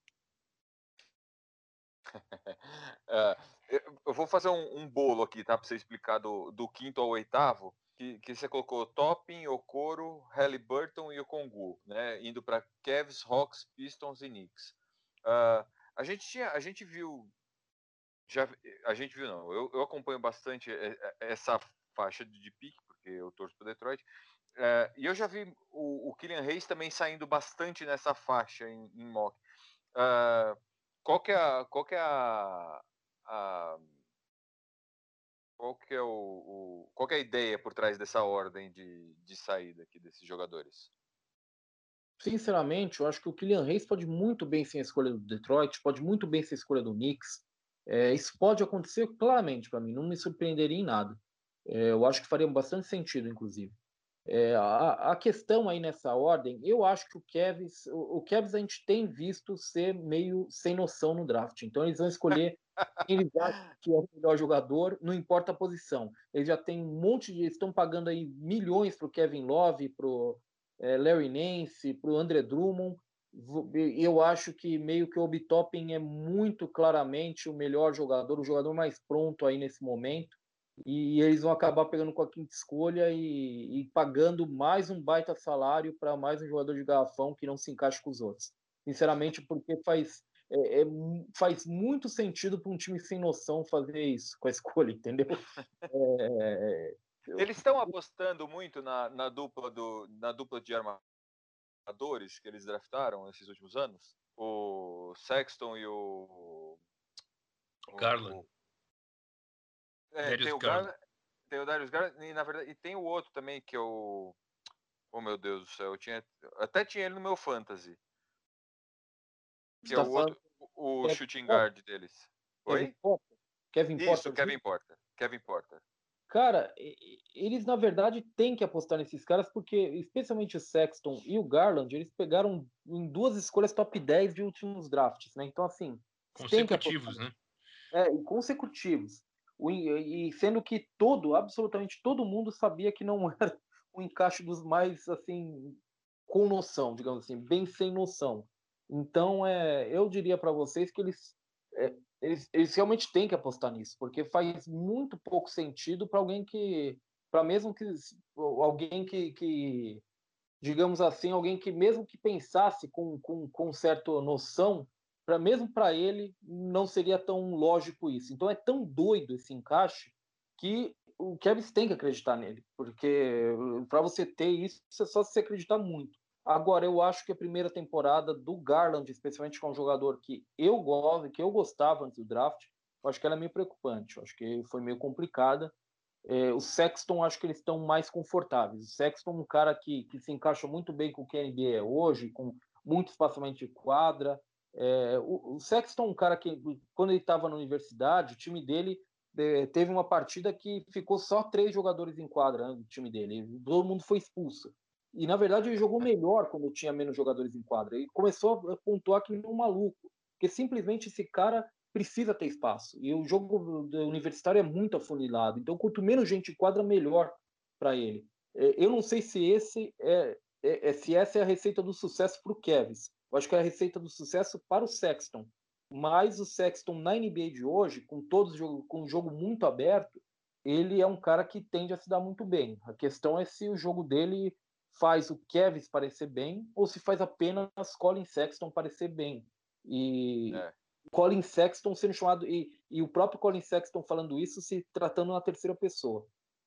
É, eu- eu vou fazer um, um bolo aqui, tá? Pra você explicar do, do quinto ao oitavo. Que, que você colocou Toppin, Okoro, Halliburton e o Kongu, né? Indo para Cavs, Hawks, Pistons e Knicks. Ah, a gente tinha, a gente viu, já, a gente viu não. Eu, eu acompanho bastante é, é, essa faixa de pique porque eu torço para Detroit. É, e eu já vi o, o Killian Hayes também saindo bastante nessa faixa em, em mock. Ah, qual que é a, qual que é a, a qual que é o, o- qual que é a ideia por trás dessa ordem de, de saída aqui desses jogadores? Sinceramente, eu acho que o Kylian Hayes pode muito bem ser a escolha do Detroit, pode muito bem ser a escolha do Knicks. É, isso pode acontecer claramente para mim, não me surpreenderia em nada. É, eu acho que faria bastante sentido, inclusive. É, a, a questão aí nessa ordem, eu acho que o Cavs, o, o Cavs a gente tem visto ser meio sem noção no draft. Então eles vão escolher quem eles acham que é o melhor jogador, não importa a posição. Eles já têm um monte de, estão pagando aí milhões para o Kevin Love, para o é, Larry Nance, para o André Drummond. Eu acho que meio que o Obi Toppin é muito claramente o melhor jogador, o jogador mais pronto aí nesse momento e eles vão acabar pegando com a quinta escolha e, e pagando mais um baita salário para mais um jogador de garrafão que não se encaixa com os outros. Sinceramente, porque faz, é, é, faz muito sentido para um time sem noção fazer isso com a escolha, entendeu? É, eu, Eles estão apostando muito na, na dupla do, na dupla de armadores que eles draftaram nesses últimos anos. O Sexton e o, o, Garland. o é, tem Darius o Garland. Garland, tem o Darius Garland e na verdade e tem o outro também que é o oh meu Deus do céu, eu tinha até tinha ele no meu fantasy, que é está o falando outro o, o Kevin shooting Porter, guard deles. Kevin Oi? Porter, Kevin Isso, Porter Kevin Porter. Kevin Porter. Cara, eles na verdade têm que apostar nesses caras porque, especialmente o Sexton e o Garland, eles pegaram em duas escolhas top dez de últimos drafts, né? Então, assim, tem que apostar Consecutivos, né? é, e consecutivos. O, e sendo que todo, absolutamente todo mundo sabia que não era o encaixe dos mais, assim, com noção, digamos assim, bem sem noção. Então, é, eu diria para vocês que eles, é, eles, eles realmente têm que apostar nisso, porque faz muito pouco sentido para alguém que, para mesmo que alguém que, que, digamos assim, alguém que mesmo que pensasse com, com, com certa noção, para mesmo para ele não seria tão lógico isso. Então é tão doido esse encaixe que o Kevin tem que acreditar nele, porque para você ter isso, é só se acreditar muito. Agora, eu acho que a primeira temporada do Garland, especialmente com um jogador que eu gosto, que eu gostava antes do draft, eu acho que ela é meio preocupante. Eu acho que foi meio complicada. É, o Sexton, acho que eles estão mais confortáveis. O Sexton é um cara que, que se encaixa muito bem com o que a N B A é hoje, com muito espaçamento de quadra. É, o, o Sexton é um cara que, quando ele estava na universidade, o time dele é, teve uma partida que ficou só três jogadores em quadra, né, do time dele. Todo mundo foi expulso. E, na verdade, ele jogou melhor quando tinha menos jogadores em quadra. Ele começou a pontuar que nem um maluco. Porque simplesmente esse cara precisa ter espaço. E o jogo universitário é muito afunilado. Então, quanto menos gente em quadra, melhor para ele. Eu não sei se esse é, é, se essa é a receita do sucesso para o Kevs. Eu acho que é a receita do sucesso para o Sexton. Mas o Sexton na N B A de hoje, com todos com um jogo muito aberto, ele é um cara que tende a se dar muito bem. A questão é se o jogo dele faz o Kevs parecer bem ou se faz apenas Colin Sexton parecer bem. E É. Colin Sexton sendo chamado e, e o próprio Colin Sexton falando isso se tratando na terceira pessoa.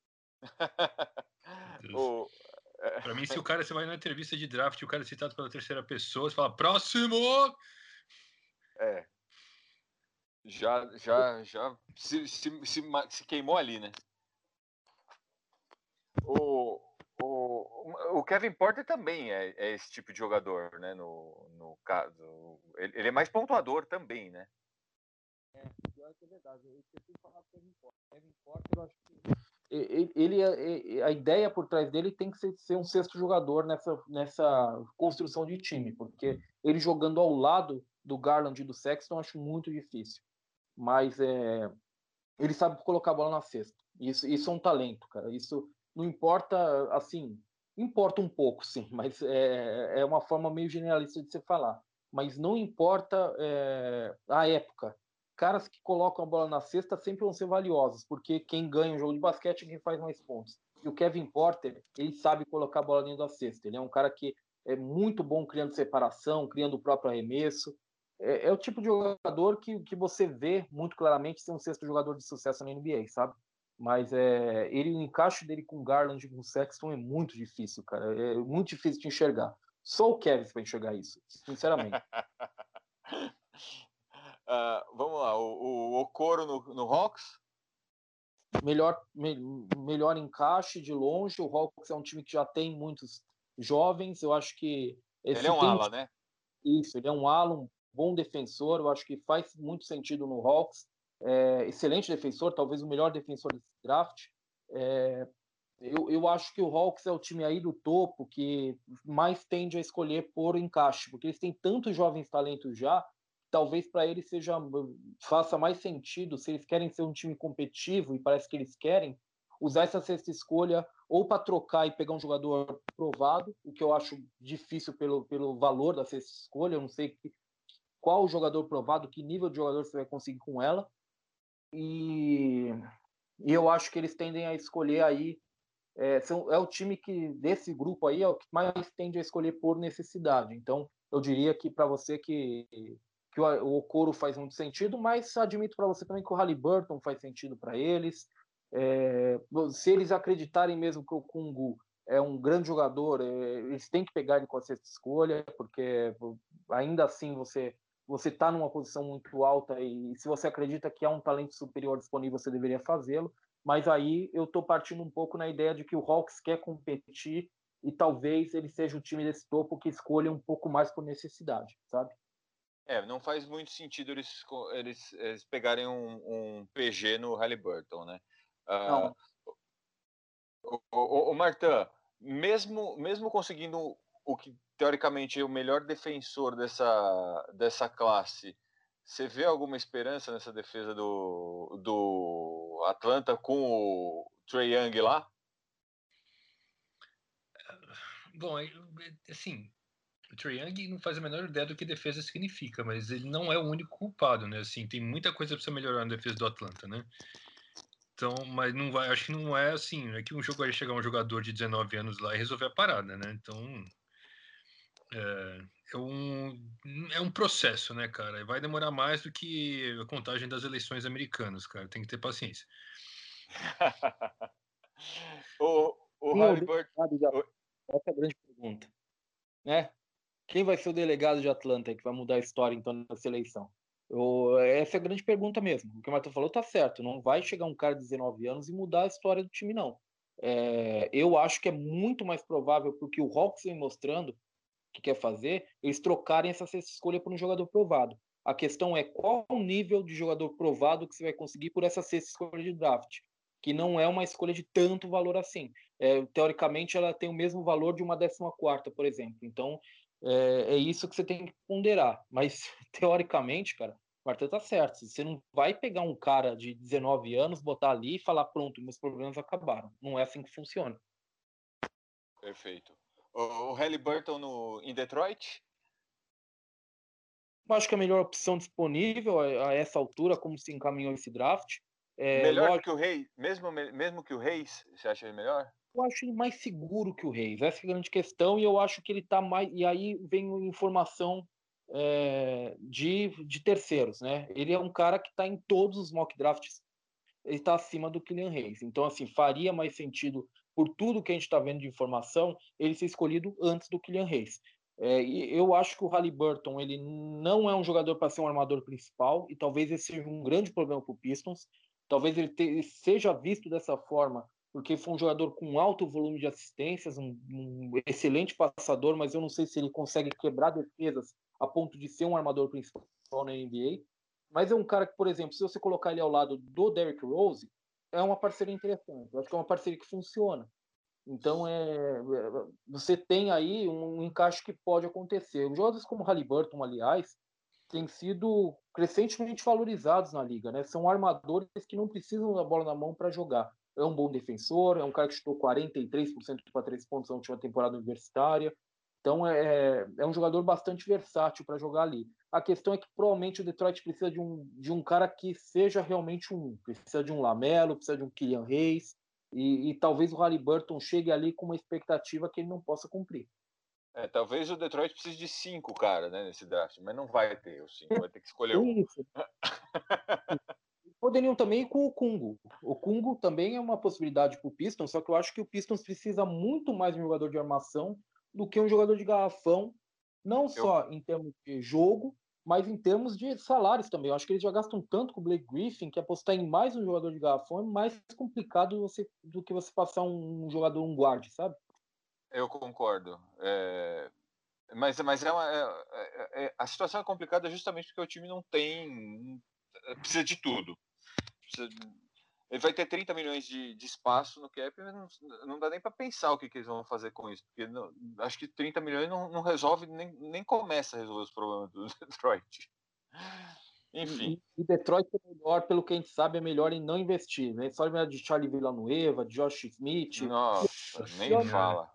o, é... Para mim, se o cara você vai na entrevista de draft e o cara é citado pela terceira pessoa, você fala próximo. É. Já, já, já se, se, se, se queimou ali, né? O, o, o Kevin Porter também é, é esse tipo de jogador, né? No, no caso, ele, ele é mais pontuador também, né? É, pior que é verdade. Eu esqueci de falar do Kevin Porter. Kevin Porter, eu acho que ele, ele, a ideia por trás dele tem que ser, ser um sexto jogador nessa, nessa construção de time, porque ele jogando ao lado do Garland e do Sexton eu acho muito difícil. Mas é, ele sabe colocar a bola na cesta. Isso, isso é um talento, cara. Isso não importa, assim, importa um pouco, sim, mas é, é uma forma meio generalista de você falar. Mas não importa é, a época. Caras que colocam a bola na cesta sempre vão ser valiosos, porque quem ganha o jogo de basquete é quem faz mais pontos. E o Kevin Porter, ele sabe colocar a bola dentro da cesta. Ele é um cara que é muito bom criando separação, criando o próprio arremesso. É, é o tipo de jogador que, que você vê muito claramente ser um sexto jogador de sucesso na N B A, sabe? Mas é, ele, o encaixe dele com o Garland e com o Sexton é muito difícil, cara. É muito difícil de enxergar. Só o Kevin vai enxergar isso, sinceramente. uh, vamos lá, o, o Okoro no, no Hawks? Melhor, me, melhor encaixe de longe. O Hawks é um time que já tem muitos jovens. Eu acho que... Ele é um tem, ala, né? Isso, ele é um ala, um bom defensor. Eu acho que faz muito sentido no Hawks. É, excelente defensor, talvez o melhor defensor desse draft. É, eu, eu acho que o Hawks é o time aí do topo que mais tende a escolher por encaixe, porque eles têm tantos jovens talentos já, talvez para eles seja faça mais sentido, se eles querem ser um time competitivo, e parece que eles querem, usar essa sexta escolha ou para trocar e pegar um jogador provado, o que eu acho difícil pelo, pelo valor da sexta escolha. Eu não sei que, qual o jogador provado, que nível de jogador você vai conseguir com ela. E, e eu acho que eles tendem a escolher aí, é, são, é o time que, desse grupo aí, é o que mais tende a escolher por necessidade. Então, eu diria que para você que, que o, o Okoro faz muito sentido, mas admito para você também que o Haliburton faz sentido para eles. É, se eles acreditarem mesmo que o Kungu é um grande jogador, é, eles têm que pegar ele com a sexta escolha, porque ainda assim você você está numa posição muito alta e se você acredita que há um talento superior disponível, você deveria fazê-lo. Mas aí eu estou partindo um pouco na ideia de que o Hawks quer competir e talvez ele seja o time desse topo que escolha um pouco mais por necessidade, sabe? É, não faz muito sentido eles, eles, eles pegarem um, um P G no Haliburton, né? Uh, o, o, o Martin, mesmo, mesmo conseguindo o que teoricamente é o melhor defensor dessa, dessa classe, você vê alguma esperança nessa defesa do, do Atlanta com o Trae Young lá? Bom, assim, o Trae Young não faz a menor ideia do que defesa significa, mas ele não é o único culpado, né? Assim, tem muita coisa para você melhorar na defesa do Atlanta, né? Então, mas não vai, acho que não é assim, não é que um jogo vai chegar um jogador de dezenove anos lá e resolver a parada, né? Então, é, é um, é um processo, né, cara? Vai demorar mais do que a contagem das eleições americanas, cara. Tem que ter paciência. o o Haliburton... Essa é a grande pergunta, né? Quem vai ser o delegado de Atlanta que vai mudar a história então nessa eleição? Eu, essa é a grande pergunta mesmo. O que o Martin falou tá certo. Não vai chegar um cara de dezenove anos e mudar a história do time, não. É, eu acho que é muito mais provável, porque o Hawks vem mostrando que quer fazer, eles trocarem essa sexta escolha por um jogador provado. A questão é qual o nível de jogador provado que você vai conseguir por essa sexta escolha de draft, que não é uma escolha de tanto valor assim. É, teoricamente, ela tem o mesmo valor de uma décima quarta, por exemplo. Então, é, é isso que você tem que ponderar. Mas, teoricamente, cara, o Martin tá certo. Você não vai pegar um cara de dezenove anos, botar ali e falar, pronto, meus problemas acabaram. Não é assim que funciona. Perfeito. O Haliburton no, em Detroit? Eu acho que a melhor opção disponível a, a essa altura, como se encaminhou esse draft. É, melhor lógico, que o Reis? Mesmo, mesmo que o Reis, você acha ele melhor? Eu acho ele mais seguro que o Reis. Essa é a grande questão. E eu acho que ele tá mais. E aí vem informação é, de, de terceiros, né? Ele é um cara que está em todos os mock drafts. Ele está acima do Killian Hayes. Então, assim, faria mais sentido, por tudo que a gente está vendo de informação, ele ser escolhido antes do Killian Hayes. É, e eu acho que o Haliburton ele não é um jogador para ser um armador principal, e talvez esse seja um grande problema para o Pistons. Talvez ele, te, ele seja visto dessa forma, porque foi um jogador com alto volume de assistências, um, um excelente passador, mas eu não sei se ele consegue quebrar defesas a ponto de ser um armador principal na N B A. mas é um cara que, por exemplo, se você colocar ele ao lado do Derrick Rose, é uma parceria interessante. Eu acho que é uma parceria que funciona. Então, é, você tem aí um encaixe que pode acontecer. Os jogadores como Haliburton, aliás, têm sido crescentemente valorizados na liga, né? São armadores que não precisam da bola na mão para jogar. É um bom defensor, é um cara que chutou quarenta e três por cento para três pontos na última temporada universitária. Então, é, é um jogador bastante versátil para jogar ali. A questão é que provavelmente o Detroit precisa de um, de um cara que seja realmente um. Precisa de um Lamelo, precisa de um Killian Hayes. E, e talvez o Haliburton chegue ali com uma expectativa que ele não possa cumprir. É, talvez o Detroit precise de cinco, cara, né, nesse draft, mas não vai ter os cinco, vai ter que escolher um. Isso. Poderiam também ir com o Kungo. O Kungo também é uma possibilidade para o Pistons, só que eu acho que o Pistons precisa muito mais de um jogador de armação do que um jogador de garrafão, não só eu... em termos de jogo, mas em termos de salários também. Eu acho que eles já gastam tanto com o Blake Griffin que apostar em mais um jogador de garrafão é mais complicado você, do que você passar um jogador, um guarde, sabe? Eu concordo. É... Mas, mas é, uma, é, é a situação é complicada justamente porque o time não tem... Precisa de tudo. Precisa... Ele vai ter trinta milhões de, de espaço no cap, mas não, não dá nem para pensar o que, que eles vão fazer com isso. Porque não, acho que trinta milhões não, não resolve, nem, nem começa a resolver os problemas do Detroit. Enfim. E, e Detroit é melhor, pelo que a gente sabe, é melhor em não investir, né? Só lembrar de Charlie Villanueva, de Josh Smith. Nossa, e... nem e... fala.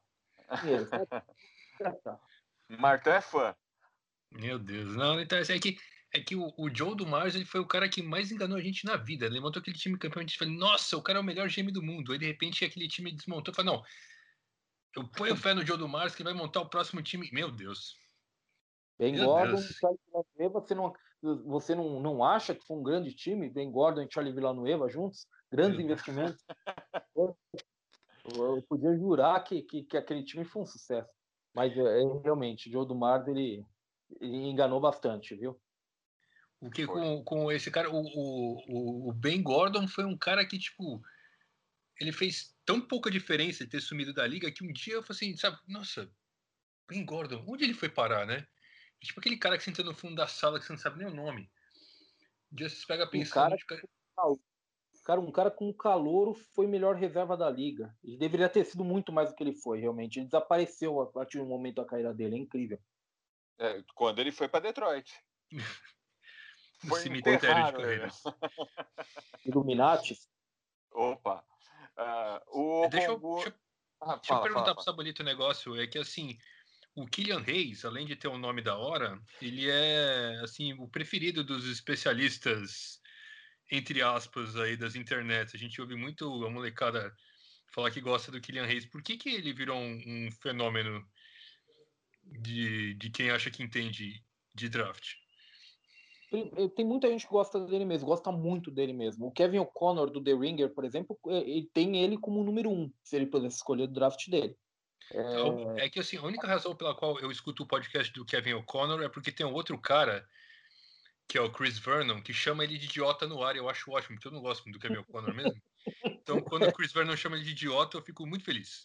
Martin é fã. Meu Deus, não, então é que, é que o, o Joe Dumars, ele foi o cara que mais enganou a gente na vida. Ele montou aquele time campeão, a gente falou, nossa, o cara é o melhor G M do mundo. Aí, de repente, aquele time desmontou e falou, não, eu ponho fé no Joe Dumars que vai montar o próximo time. Meu Deus. Ben Meu Gordon, Deus. Charlie Villanueva, você, não, você não, não acha que foi um grande time? Ben Gordon e Charlie Villanueva juntos? Grandes Meu investimentos. Eu, eu podia jurar que, que, que aquele time foi um sucesso. Mas é, realmente, o Joe Dumars, ele, ele enganou bastante, viu? O que com, com esse cara, o, o, o Ben Gordon foi um cara que, tipo, ele fez tão pouca diferença de ter sumido da liga que um dia eu falei assim, sabe, nossa, Ben Gordon, onde ele foi parar, né? E, tipo aquele cara que senta no fundo da sala que você não sabe nem o nome. Um dia você pega pensando... Um cara, tipo, cara, um cara com calouro foi melhor reserva da liga. Ele deveria ter sido muito mais do que ele foi, realmente. Ele desapareceu a partir do momento da carreira dele, é incrível. É, quando ele foi para Detroit. No cemitério de carreira. Illuminatis. Opa. Uh, o deixa eu, Congo... deixa, ah, deixa fala, eu perguntar fala, pro Sabolito um negócio. É que, assim, o Killian Hayes, além de ter um nome da hora, ele é, assim, o preferido dos especialistas, entre aspas, aí das internets. A gente ouve muito a molecada falar que gosta do Killian Hayes. Por que que ele virou um, um fenômeno de, de quem acha que entende de draft? Tem muita gente que gosta dele mesmo, gosta muito dele mesmo. O Kevin O'Connor, do The Ringer, por exemplo, ele tem ele como número um, se ele pudesse escolher o draft dele. É... é que, assim, a única razão pela qual eu escuto o podcast do Kevin O'Connor é porque tem um outro cara, que é o Chris Vernon, que chama ele de idiota no ar, e eu acho ótimo, porque eu não gosto muito do Kevin O'Connor mesmo. Então, quando o Chris Vernon chama ele de idiota, eu fico muito feliz.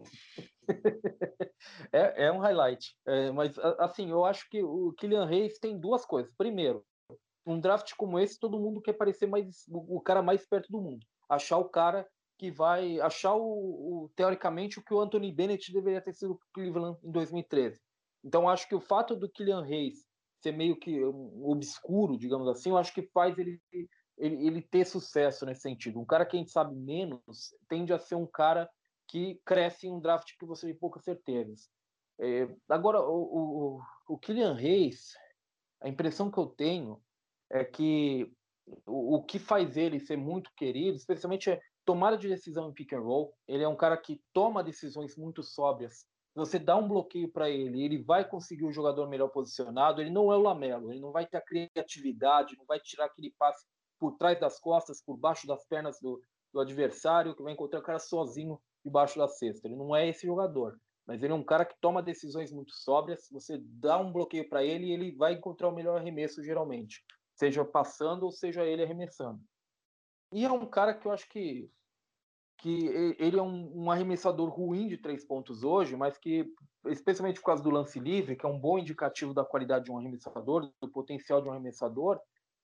É, é um highlight. É, mas, assim, eu acho que o Killian Hayes tem duas coisas. Primeiro, um draft como esse, todo mundo quer parecer mais o cara mais perto do mundo. Achar o cara que vai... Achar, o, o teoricamente, o que o Anthony Bennett deveria ter sido pro Cleveland em dois mil e treze. Então, acho que o fato do Killian Hayes ser meio que um obscuro, digamos assim, eu acho que faz ele, ele, ele ter sucesso nesse sentido. Um cara que a gente sabe menos tende a ser um cara que cresce em um draft que você tem poucas certezas. É, agora, o, o, o Killian Hayes, a impressão que eu tenho é que o, o que faz ele ser muito querido, especialmente é tomada de decisão em pick and roll. Ele é um cara que toma decisões muito sóbrias. Você dá um bloqueio para ele, ele vai conseguir o jogador melhor posicionado. Ele não é o Lamelo, ele não vai ter a criatividade, não vai tirar aquele passe por trás das costas, por baixo das pernas do, do adversário, que vai encontrar o cara sozinho debaixo da cesta. Ele não é esse jogador, mas ele é um cara que toma decisões muito sóbrias. Você dá um bloqueio para ele e ele vai encontrar o melhor arremesso, geralmente, seja passando ou seja ele arremessando. E é um cara que eu acho que, que ele é um, um arremessador ruim de três pontos hoje, mas que, especialmente por causa do lance livre, que é um bom indicativo da qualidade de um arremessador, do potencial de um arremessador,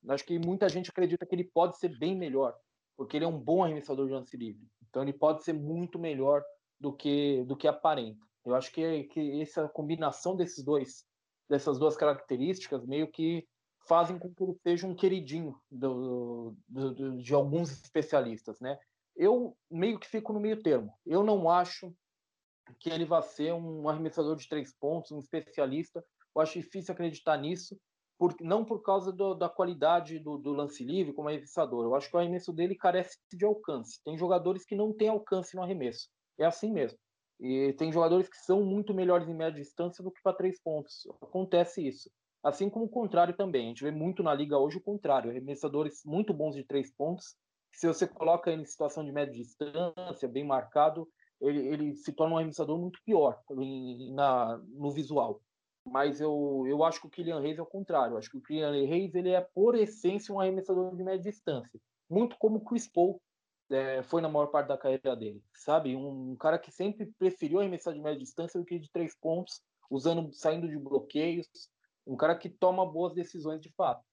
Acho que muita gente acredita que ele pode ser bem melhor, porque ele é um bom arremessador de lance livre. Então ele pode ser muito melhor do que do que aparenta. Eu acho que, que essa combinação desses dois, dessas duas características meio que fazem com que ele seja um queridinho do, do, do, de alguns especialistas, né? Eu meio que fico no meio termo. Eu não acho que ele vai ser um arremessador de três pontos, um especialista. Eu acho difícil acreditar nisso, por, não por causa do, da qualidade do, do lance livre como arremessador. Eu acho que o arremesso dele carece de alcance. Tem jogadores que não têm alcance no arremesso. É assim mesmo. E tem jogadores que são muito melhores em média distância do que para três pontos. Acontece isso. Assim como o contrário também. A gente vê muito na liga hoje o contrário. Arremessadores muito bons de três pontos. Se você coloca ele em situação de média distância, bem marcado, ele, ele se torna um arremessador muito pior em, na, no visual. Mas eu, eu acho que o Killian Hayes é o contrário. Eu acho que o Killian Hayes ele é, por essência, um arremessador de média distância. Muito como o Chris Paul é, foi na maior parte da carreira dele. Sabe? Um, um cara que sempre preferiu arremessar de média distância do que de três pontos, usando, saindo de bloqueios. Um cara que toma boas decisões de fato.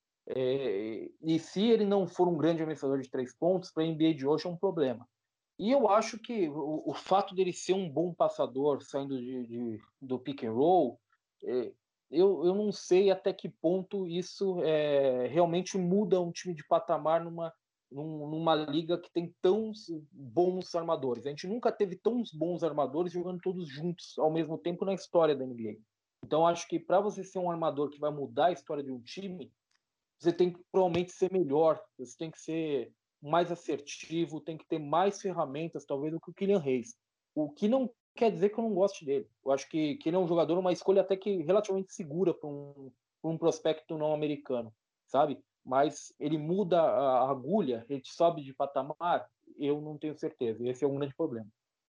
É, e se ele não for um grande arremessador de três pontos, para a N B A de hoje é um problema. E eu acho que o, o fato dele ser um bom passador, saindo de, de, do pick and roll, é, eu, eu não sei até que ponto isso é, realmente muda um time de patamar numa, num, numa liga que tem tão bons armadores. A gente nunca teve tão bons armadores jogando todos juntos ao mesmo tempo na história da N B A. Então, acho que para você ser um armador que vai mudar a história de um time, você tem que provavelmente ser melhor, você tem que ser mais assertivo, tem que ter mais ferramentas, talvez, do que o Killian Hayes. O que não quer dizer que eu não goste dele. Eu acho que, que ele é um jogador, uma escolha até que relativamente segura para um, um prospecto não americano, sabe? Mas ele muda a agulha, ele sobe de patamar, eu não tenho certeza. Esse é um grande problema.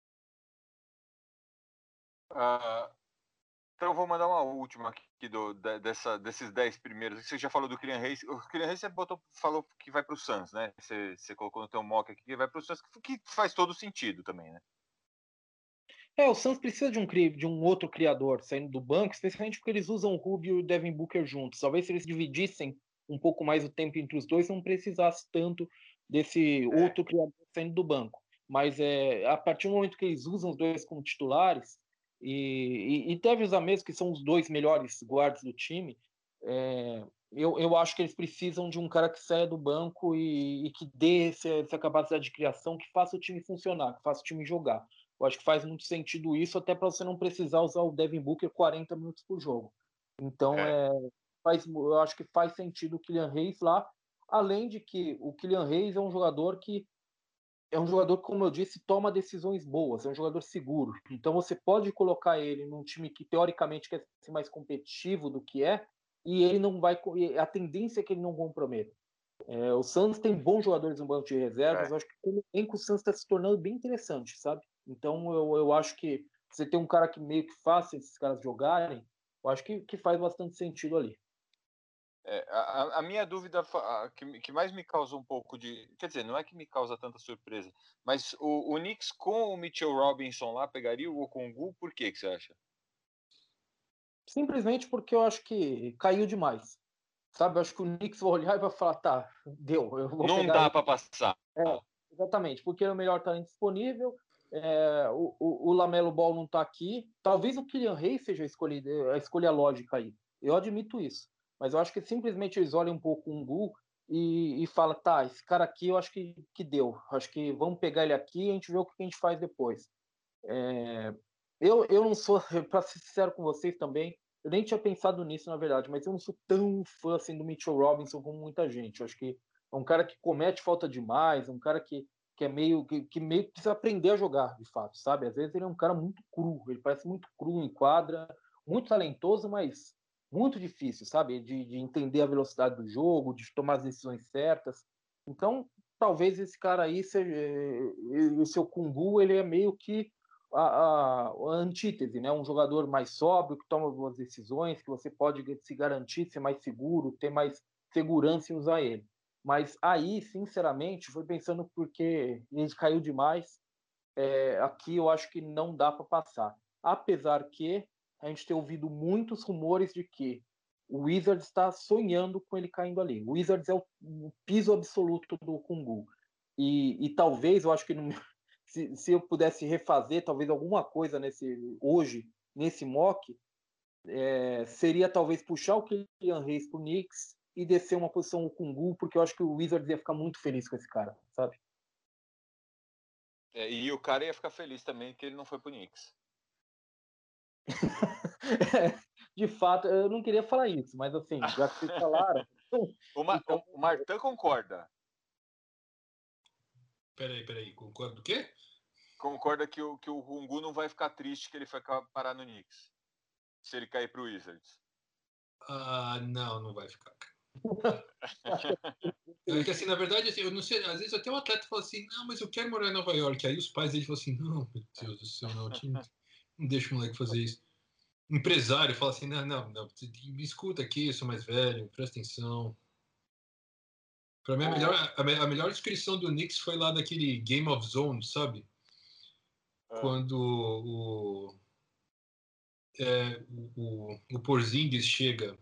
Uh, então eu vou mandar uma última aqui do, dessa, desses dez primeiros. Você já falou do Killian Hayes. O Killian Hayes você botou, falou que vai para o Suns, né? Você, você colocou no teu mock aqui que vai para o Suns, que faz todo sentido também, né? É, o Suns precisa de um, de um outro criador saindo do banco, especialmente porque eles usam o Rubio e o Devin Booker juntos. Talvez se eles dividissem um pouco mais o tempo entre os dois, não precisasse tanto desse é. outro criador saindo do banco. Mas é, a partir do momento que eles usam os dois como titulares, e, e, e deve usar mesmo, que são os dois melhores guardas do time, é, eu, eu acho que eles precisam de um cara que saia do banco e, e que dê essa, essa capacidade de criação, que faça o time funcionar, que faça o time jogar. Eu acho que faz muito sentido isso, até para você não precisar usar o Devin Booker quarenta minutos por jogo. Então, é. É, faz, eu acho que faz sentido o Killian Hayes lá, além de que o Killian Hayes é um jogador que é um jogador que, como eu disse, toma decisões boas, é um jogador seguro. Então você pode colocar ele num time que teoricamente quer ser mais competitivo do que é, e ele não vai. A tendência é que ele não comprometa. É, o Suns tem bons jogadores no banco de reservas, é. Eu acho que o elenco o Suns está se tornando bem interessante, sabe? Então eu, eu acho que você tem um cara que meio que faça esses caras jogarem, eu acho que, que faz bastante sentido ali. É, a, a minha dúvida a, que, que mais me causa um pouco de... Quer dizer, não é que me causa tanta surpresa, mas o, o Knicks com o Mitchell Robinson lá pegaria o Okongwu, por que que você acha? Simplesmente porque eu acho que caiu demais. Sabe, eu acho que o Knicks vai olhar e vai falar, tá, deu, eu vou não pegar... Não dá ele. para passar. É, exatamente, porque é o melhor talento disponível, é, o, o, o Lamelo Ball não tá aqui, talvez o Killian Hayes seja a escolha, a escolha lógica aí, eu admito isso, mas eu acho que simplesmente eles olham um pouco o Ngu e, e falam, tá, esse cara aqui eu acho que, que deu, acho que vamos pegar ele aqui e a gente vê o que a gente faz depois. É, eu, eu não sou, para ser sincero com vocês também, eu nem tinha pensado nisso, na verdade, mas eu não sou tão fã assim do Mitchell Robinson como muita gente. Eu acho que é um cara que comete falta demais, um cara que, que é meio que, que meio que precisa aprender a jogar, de fato, sabe? Às vezes ele é um cara muito cru, ele parece muito cru em quadra, muito talentoso, mas muito difícil, sabe? De, de entender a velocidade do jogo, de tomar as decisões certas. Então, talvez esse cara aí, seja, o seu Kungu, ele é meio que A, a, a antítese, né? Um jogador mais sóbrio, que toma boas decisões, que você pode se garantir ser mais seguro, ter mais segurança em usar ele. Mas aí, sinceramente, foi pensando porque ele caiu demais. É, aqui eu acho que não dá para passar. Apesar que a gente tem ouvido muitos rumores de que o Wizards está sonhando com ele caindo ali. O Wizards é o, o piso absoluto do Kungu. E, e talvez, eu acho que no, se, se eu pudesse refazer talvez alguma coisa nesse hoje, nesse mock, é, seria talvez puxar o Killian Hayes pro Knicks e descer uma posição o Kungu, porque eu acho que o Wizards ia ficar muito feliz com esse cara, sabe? É, e o cara ia ficar feliz também que ele não foi pro Knicks. De fato, eu não queria falar isso, mas assim, já que vocês falaram. o, Ma então... o Martin concorda. Peraí, peraí, concorda do quê? Concorda que o, que o Kungu não vai ficar triste que ele foi parar no Knicks. Se ele cair pro Wizards. Ah, não, não vai ficar. É que assim, na verdade, assim, eu não sei, às vezes até o atleta fala assim, não, mas eu quero morar em Nova York. Aí os pais dele falam assim, não, meu Deus do céu, não, não deixa o moleque fazer isso. O empresário fala assim, não, não, não, me escuta aqui, eu sou mais velho, presta atenção. Pra mim, a melhor, a, a melhor descrição do Knicks foi lá daquele Game of Zones, sabe? É. Quando o, é, o, o, o Porzingis chega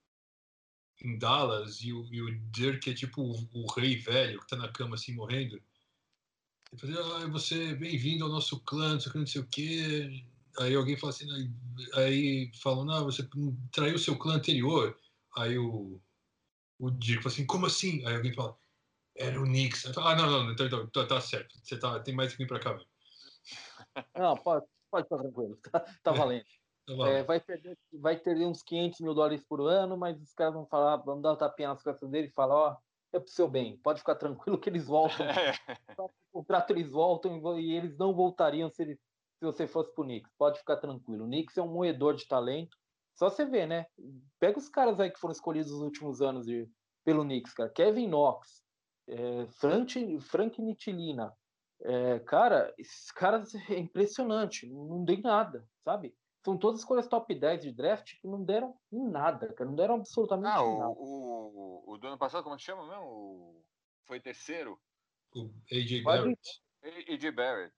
em Dallas e o, e o Dirk é tipo o, o rei velho que tá na cama assim morrendo. Ele fala, ah, você bem-vindo ao nosso clã, não sei o que, não sei o que. Aí alguém fala assim, aí falam, não, você traiu o seu clã anterior. Aí o, o Dirk fala assim, como assim? Aí alguém fala, era o Knicks. Aí fala, ah, não, não, então, tá, tá certo, você tá, tem mais que vir pra cá, velho. Não, pode, pode ficar tranquilo, tá, tá valendo. É, tá valendo. É, vai, perder, vai perder uns quinhentos mil dólares por ano, mas os caras vão falar, vão dar um tapinha nas costas dele e falar, ó, oh, é pro seu bem, pode ficar tranquilo que eles voltam. O contrato eles voltam e eles não voltariam se, ele, se você fosse pro Knicks. Pode ficar tranquilo. O Knicks é um moedor de talento. Só você vê, né? Pega os caras aí que foram escolhidos nos últimos anos de, pelo Knicks, cara. Kevin Knox, é, Frank, Frank Nitilina. É, cara, esses caras é impressionante. Não dei nada, sabe? São todas escolhas top dez de draft que não deram em nada, cara. Não deram absolutamente ah, em nada. O, o, o do ano passado, como é que chama mesmo? O, foi terceiro? O A J Barrett. A J Barrett.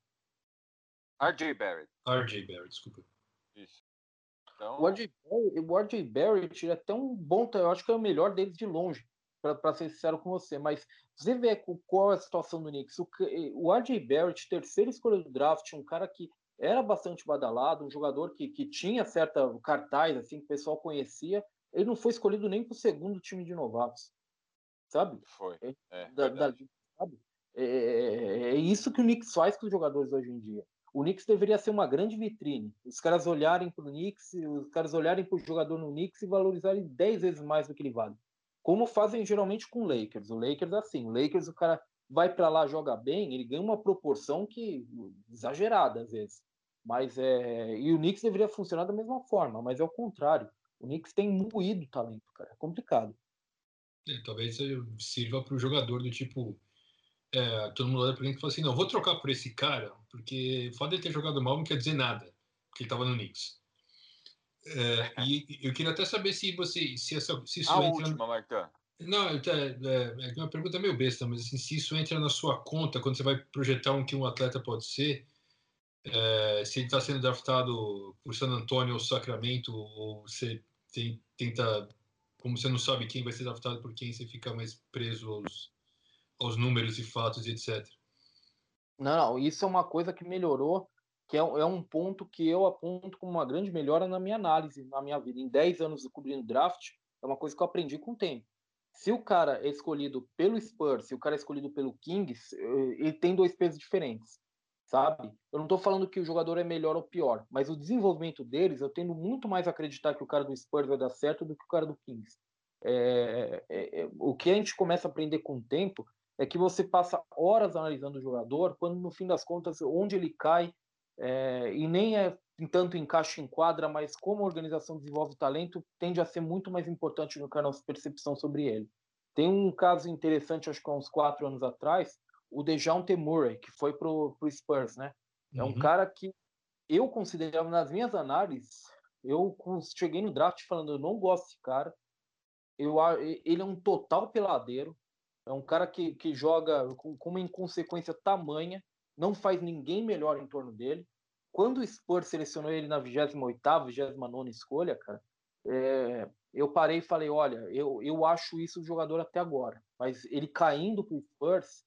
R J Barrett. R J Barrett, desculpa. Isso. Então... O R J Barrett é até um bom, eu acho que é o melhor deles de longe, para ser sincero com você. Mas você vê qual é a situação do Knicks. O, o R J Barrett, terceira escolha do draft, um cara que era bastante badalado, um jogador que, que tinha certa cartaz, assim, que o pessoal conhecia, ele não foi escolhido nem para o segundo time de novatos, sabe? Foi, é, da, da, sabe? É, é isso que o Knicks faz com os jogadores hoje em dia. O Knicks deveria ser uma grande vitrine. Os caras olharem para o Knicks, os caras olharem para o jogador no Knicks e valorizarem dez vezes mais do que ele vale. Como fazem geralmente com o Lakers. O Lakers é assim, o Lakers o cara vai para lá, joga bem, ele ganha uma proporção que exagerada às vezes. Mas é, e o Knicks deveria funcionar da mesma forma, mas é o contrário. O Knicks tem moído talento, cara. É complicado. É, talvez sirva para o jogador do tipo, é, todo mundo olha para ele e fala assim, não, vou trocar por esse cara, porque o fato de ele ter jogado mal não quer dizer nada, porque ele estava no Knicks. É, e eu queria até saber se você, se, essa, se isso a entra... última, Martã. Não, é, é, é uma pergunta meio besta, mas assim, se isso entra na sua conta, quando você vai projetar um que um atleta pode ser, é, se ele está sendo draftado por San Antonio ou Sacramento, ou você tem, tenta, como você não sabe quem vai ser draftado por quem, você fica mais preso aos, aos números e fatos e etcétera. Não, não, isso é uma coisa que melhorou, que é, é um ponto que eu aponto como uma grande melhora na minha análise, na minha vida. Em dez anos cobrindo draft, é uma coisa que eu aprendi com o tempo. Se o cara é escolhido pelo Spurs, se o cara é escolhido pelo Kings, ele tem dois pesos diferentes, sabe? Eu não estou falando que o jogador é melhor ou pior, mas o desenvolvimento deles, eu tendo muito mais a acreditar que o cara do Spurs vai dar certo do que o cara do Kings. É, é, é, o que a gente começa a aprender com o tempo é que você passa horas analisando o jogador, quando no fim das contas, onde ele cai, é, e nem é tanto encaixe em quadra, mas como a organização desenvolve o talento, tende a ser muito mais importante do que a nossa percepção sobre ele. Tem um caso interessante, acho que há uns quatro anos atrás, o DeJounte Murray, que foi pro, pro Spurs, né? É um uhum. cara que eu considerava, nas minhas análises, eu cheguei no draft falando, eu não gosto desse cara, eu, ele é um total peladeiro, é um cara que, que joga com, com uma inconsequência tamanha, não faz ninguém melhor em torno dele. Quando o Spurs selecionou ele na vigésima oitava, vigésima nona escolha, cara, é, eu parei e falei, olha, eu, eu acho isso do jogador até agora, mas ele caindo para o Spurs,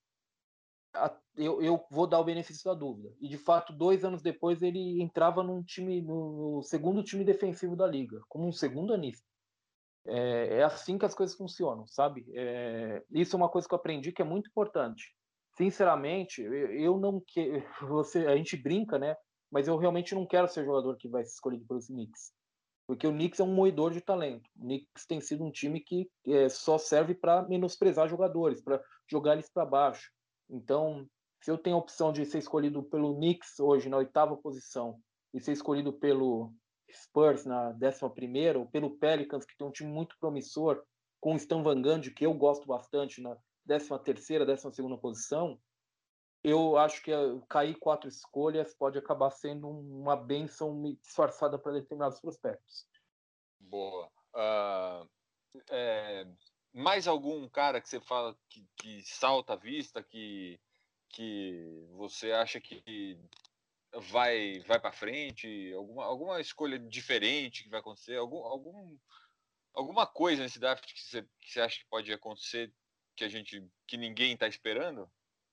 eu, eu vou dar o benefício da dúvida. E de fato, dois anos depois, ele entrava num time, no, no segundo time defensivo da liga, como um segundo anista. É, é assim que as coisas funcionam, sabe? É, isso é uma coisa que eu aprendi que é muito importante. Sinceramente, eu, eu não quero. Você, a gente brinca, né? Mas eu realmente não quero ser jogador que vai ser escolhido pelos Knicks. Porque o Knicks é um moedor de talento. O Knicks tem sido um time que é, só serve para menosprezar jogadores, para jogar eles para baixo. Então, se eu tenho a opção de ser escolhido pelo Knicks hoje na oitava posição e ser escolhido pelo Spurs na décima primeira, ou pelo Pelicans, que tem um time muito promissor, com o Stan Van Gundy, que eu gosto bastante, na décima terceira, décima segunda posição, eu acho que cair quatro escolhas pode acabar sendo uma bênção disfarçada para determinados prospectos. Boa. Uh, é, mais algum cara que você fala que, que salta à vista, que, que você acha que vai, vai para frente? Alguma, alguma escolha diferente que vai acontecer? Algum, algum, alguma coisa nesse draft que você, que você acha que pode acontecer que a gente que ninguém está esperando?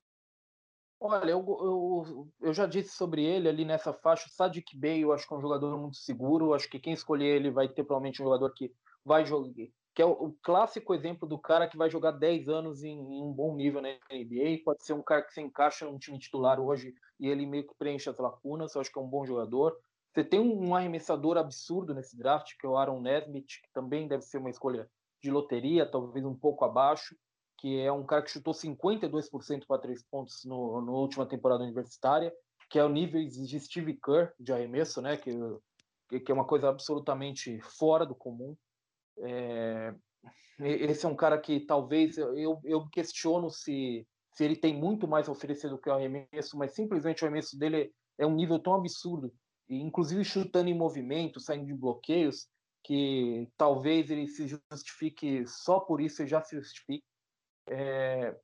Olha, eu, eu, eu já disse sobre ele ali nessa faixa. O Sadiq Bey, eu acho que é um jogador muito seguro. Eu acho que quem escolher ele vai ter provavelmente um jogador que vai jogar, que é o, o clássico exemplo do cara que vai jogar dez anos em, em um bom nível na N B A. Pode ser um cara que se encaixa num time titular hoje e ele meio que preenche as lacunas. Eu acho que é um bom jogador. Você tem um, um arremessador absurdo nesse draft, que é o Aaron Nesmith, que também deve ser uma escolha de loteria, talvez um pouco abaixo, que é um cara que chutou cinquenta e dois por cento para três pontos no, no última temporada universitária, que é o nível de Steve Kerr de arremesso, né? Que, que é uma coisa absolutamente fora do comum. É, esse é um cara que talvez eu, eu questiono se, se ele tem muito mais a oferecer do que o arremesso, mas simplesmente o arremesso dele é um nível tão absurdo, e inclusive chutando em movimento, saindo de bloqueios, que talvez ele se justifique só por isso, ele já se justifique. É,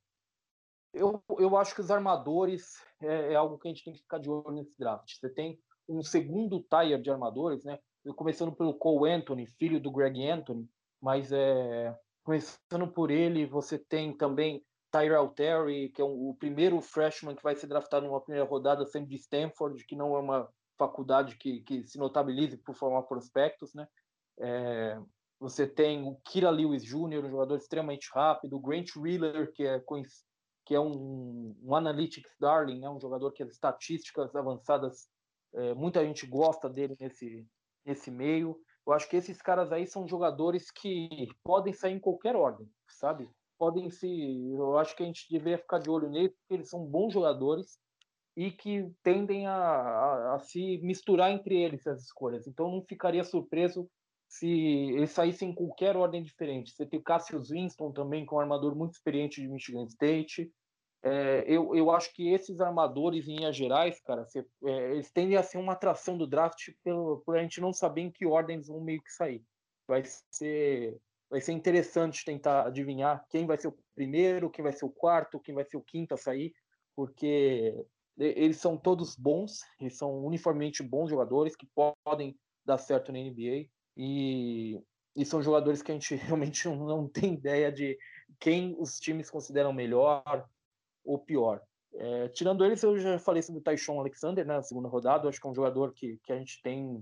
eu, eu acho que os armadores é, é algo que a gente tem que ficar de olho nesse draft. Você tem um segundo tier de armadores, né? Começando pelo Cole Anthony, filho do Greg Anthony, mas é, começando por ele, você tem também Tyrell Terry, que é um, o primeiro freshman que vai ser draftado numa primeira rodada, sempre de Stanford, que não é uma faculdade que, que se notabilize por formar prospectos, né? É, você tem o Kira Lewis Júnior, um jogador extremamente rápido, o Grant Riller, que é, que é um, um analytics darling, né? Um jogador que as estatísticas avançadas, é, muita gente gosta dele nesse, nesse meio. Eu acho que esses caras aí são jogadores que podem sair em qualquer ordem, sabe? Podem se. Eu acho que a gente deveria ficar de olho neles, porque eles são bons jogadores e que tendem a, a, a se misturar entre eles as escolhas. Então não ficaria surpreso se eles saíssem em qualquer ordem diferente. Você tem o Cassius Winston também, que é um armador muito experiente de Michigan State. É, eu, eu acho que esses armadores, em linhas gerais, cara, você, é, eles tendem a ser uma atração do draft pelo, por a gente não saber em que ordem eles vão meio que sair. Vai ser, vai ser interessante tentar adivinhar quem vai ser o primeiro, quem vai ser o quarto, quem vai ser o quinto a sair, porque eles são todos bons, eles são uniformemente bons jogadores que podem dar certo na N B A. E, e são jogadores que a gente realmente não, não tem ideia de quem os times consideram melhor ou pior. É, tirando eles, eu já falei sobre o Tyshon Alexander, né, na segunda rodada. Eu acho que é um jogador que, que a gente tem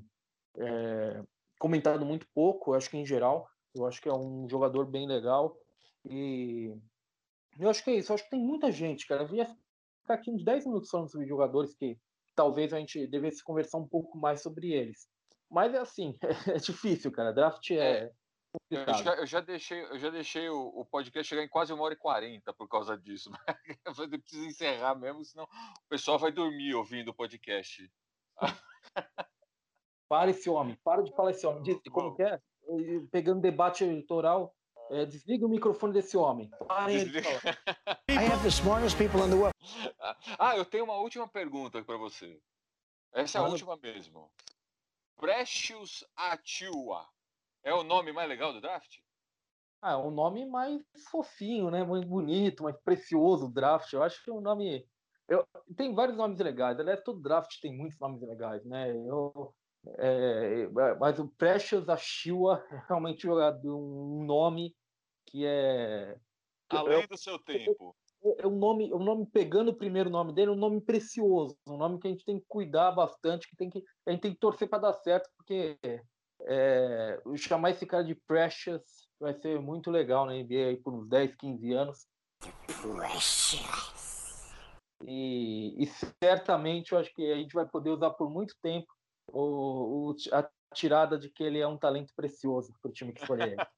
é, comentado muito pouco, acho que em geral. Eu acho que é um jogador bem legal. E eu acho que é isso. Eu acho que tem muita gente, cara. Eu ia ficar aqui uns dez minutos falando sobre jogadores que talvez a gente devesse conversar um pouco mais sobre eles. Mas é assim, é difícil, cara. Draft é, é eu, já, eu já deixei, eu já deixei o, o podcast chegar em quase uma hora e quarenta por causa disso. Eu preciso encerrar mesmo, senão o pessoal vai dormir ouvindo o podcast. Para esse homem, para de falar esse homem. Diz, como que é? Pegando debate eleitoral, é, desliga o microfone desse homem. Parem de falar. I have the smartest people in the world. Ah, eu tenho uma última pergunta para você. Essa é a Mano. última mesmo. Precious Achiuwa é o nome mais legal do draft? Ah, é um nome mais fofinho, né? Mais bonito, mais precioso, draft. Eu acho que é um nome. Eu... Tem vários nomes legais. Aliás, todo draft tem muitos nomes legais, né? Eu... É, mas o Precious Achiuwa é realmente jogador, um nome que é... Além é, do seu tempo. É um nome, um nome pegando o primeiro nome dele, um nome precioso, um nome que a gente tem que cuidar bastante, que tem que a gente tem que torcer para dar certo, porque é, chamar esse cara de Precious vai ser muito legal na N B A aí por uns dez, quinze anos. Precious. E, e certamente eu acho que a gente vai poder usar por muito tempo o, o, a tirada de que ele é um talento precioso para o time que escolher ele.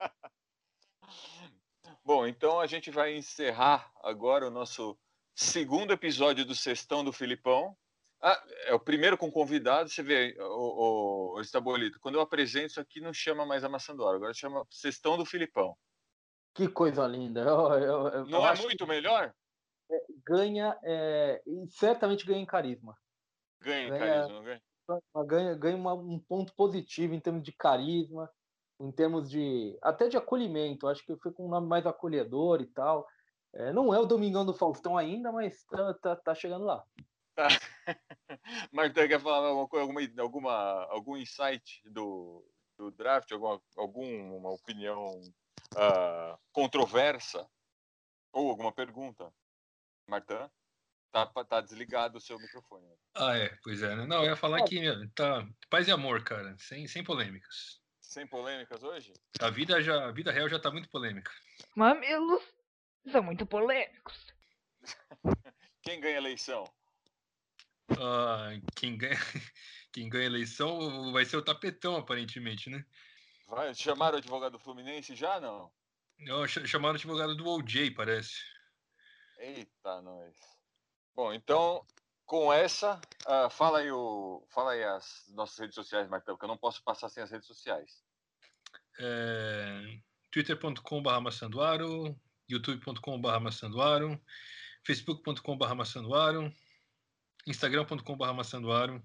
Bom, então a gente vai encerrar agora o nosso segundo episódio do Sextão do Filipão. Ah, é o primeiro com convidado. Você vê, o, o, o Estabolito, quando eu apresento isso aqui não chama mais a Maçã do Ar, agora chama Sextão do Filipão. Que coisa linda. Eu, eu, eu, não eu é acho muito que melhor? Ganha, é, e certamente ganha em carisma. Ganha em ganha, carisma, não ganha? Ganha, ganha uma, um ponto positivo em termos de carisma, em termos de até de acolhimento. Acho que foi com um nome mais acolhedor e tal. É, não é o Domingão do Faustão ainda, mas tá, tá, tá chegando lá. Tá. Marta, quer falar alguma coisa, alguma, alguma, algum insight do, do draft, alguma, alguma opinião uh, controversa? Ou alguma pergunta? Marta? Tá, tá desligado o seu microfone. Ah, é, pois é. Não, eu ia falar que tá paz e amor, cara, sem, sem polêmicas. Sem polêmicas hoje? A vida, já, a vida real já tá muito polêmica. Mamilos são muito polêmicos. Quem ganha a eleição? Ah, quem ganha, quem ganha a eleição vai ser o Tapetão, aparentemente, né? Vai, chamaram o advogado do Fluminense já, não? Não, chamaram o advogado do O J, parece. Eita, nós. Bom, então, com essa, uh, fala aí, o, fala aí as nossas redes sociais, Martão, porque eu não posso passar sem as redes sociais. É, twitter ponto com barra maçandoaro, youtube ponto com barra maçandoaro, facebook ponto com barra maçandoaro, instagram ponto com barra maçandoaro.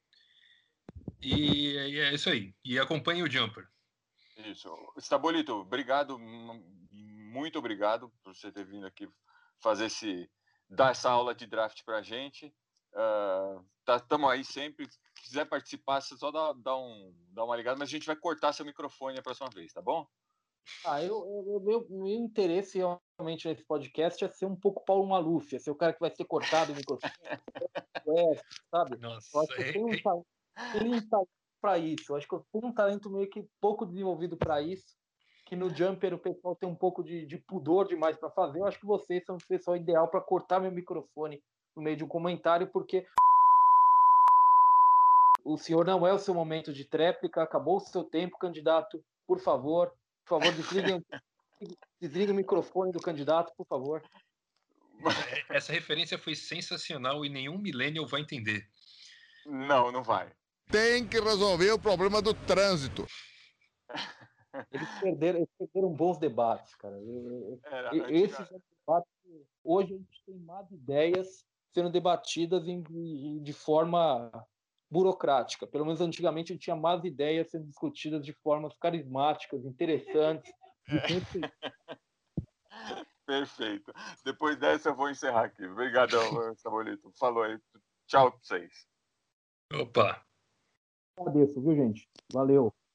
E é isso aí. E acompanhe o Jumper. Isso. Estabolito, obrigado, muito obrigado por você ter vindo aqui fazer esse, dar essa aula de draft pra gente. Uh, tá, tamo aí sempre. Se quiser participar, você só dá, dá, um, dá uma ligada, mas a gente vai cortar seu microfone a próxima vez, tá bom? Ah, eu, eu, meu, meu interesse realmente nesse podcast é ser um pouco Paulo Maluf, é ser o cara que vai ser cortado o microfone, sabe? Nossa, eu acho que eu tenho um talento, tenho um talento para isso. Eu acho que eu tenho um talento meio que pouco desenvolvido para isso, que no Jumper o pessoal tem um pouco de, de pudor demais para fazer. Eu acho que vocês são o pessoal ideal para cortar meu microfone no meio de um comentário, porque o senhor não é o seu momento de tréplica, acabou o seu tempo, candidato, por favor. Por favor, desliguem, desliguem o microfone do candidato, por favor. Essa referência foi sensacional e nenhum millennial vai entender. Não, não vai. Tem que resolver o problema do trânsito. Eles perderam, eles perderam bons debates, cara. Era, Esses antiga... debates, hoje a gente tem más ideias sendo debatidas em, de forma burocrática. Pelo menos antigamente a gente tinha más ideias sendo discutidas de formas carismáticas, interessantes. É. Perfeito. Depois dessa eu vou encerrar aqui. Obrigadão, Sabolito. Falou aí. Tchau pra vocês. Opa. Agradeço, viu, gente? Valeu.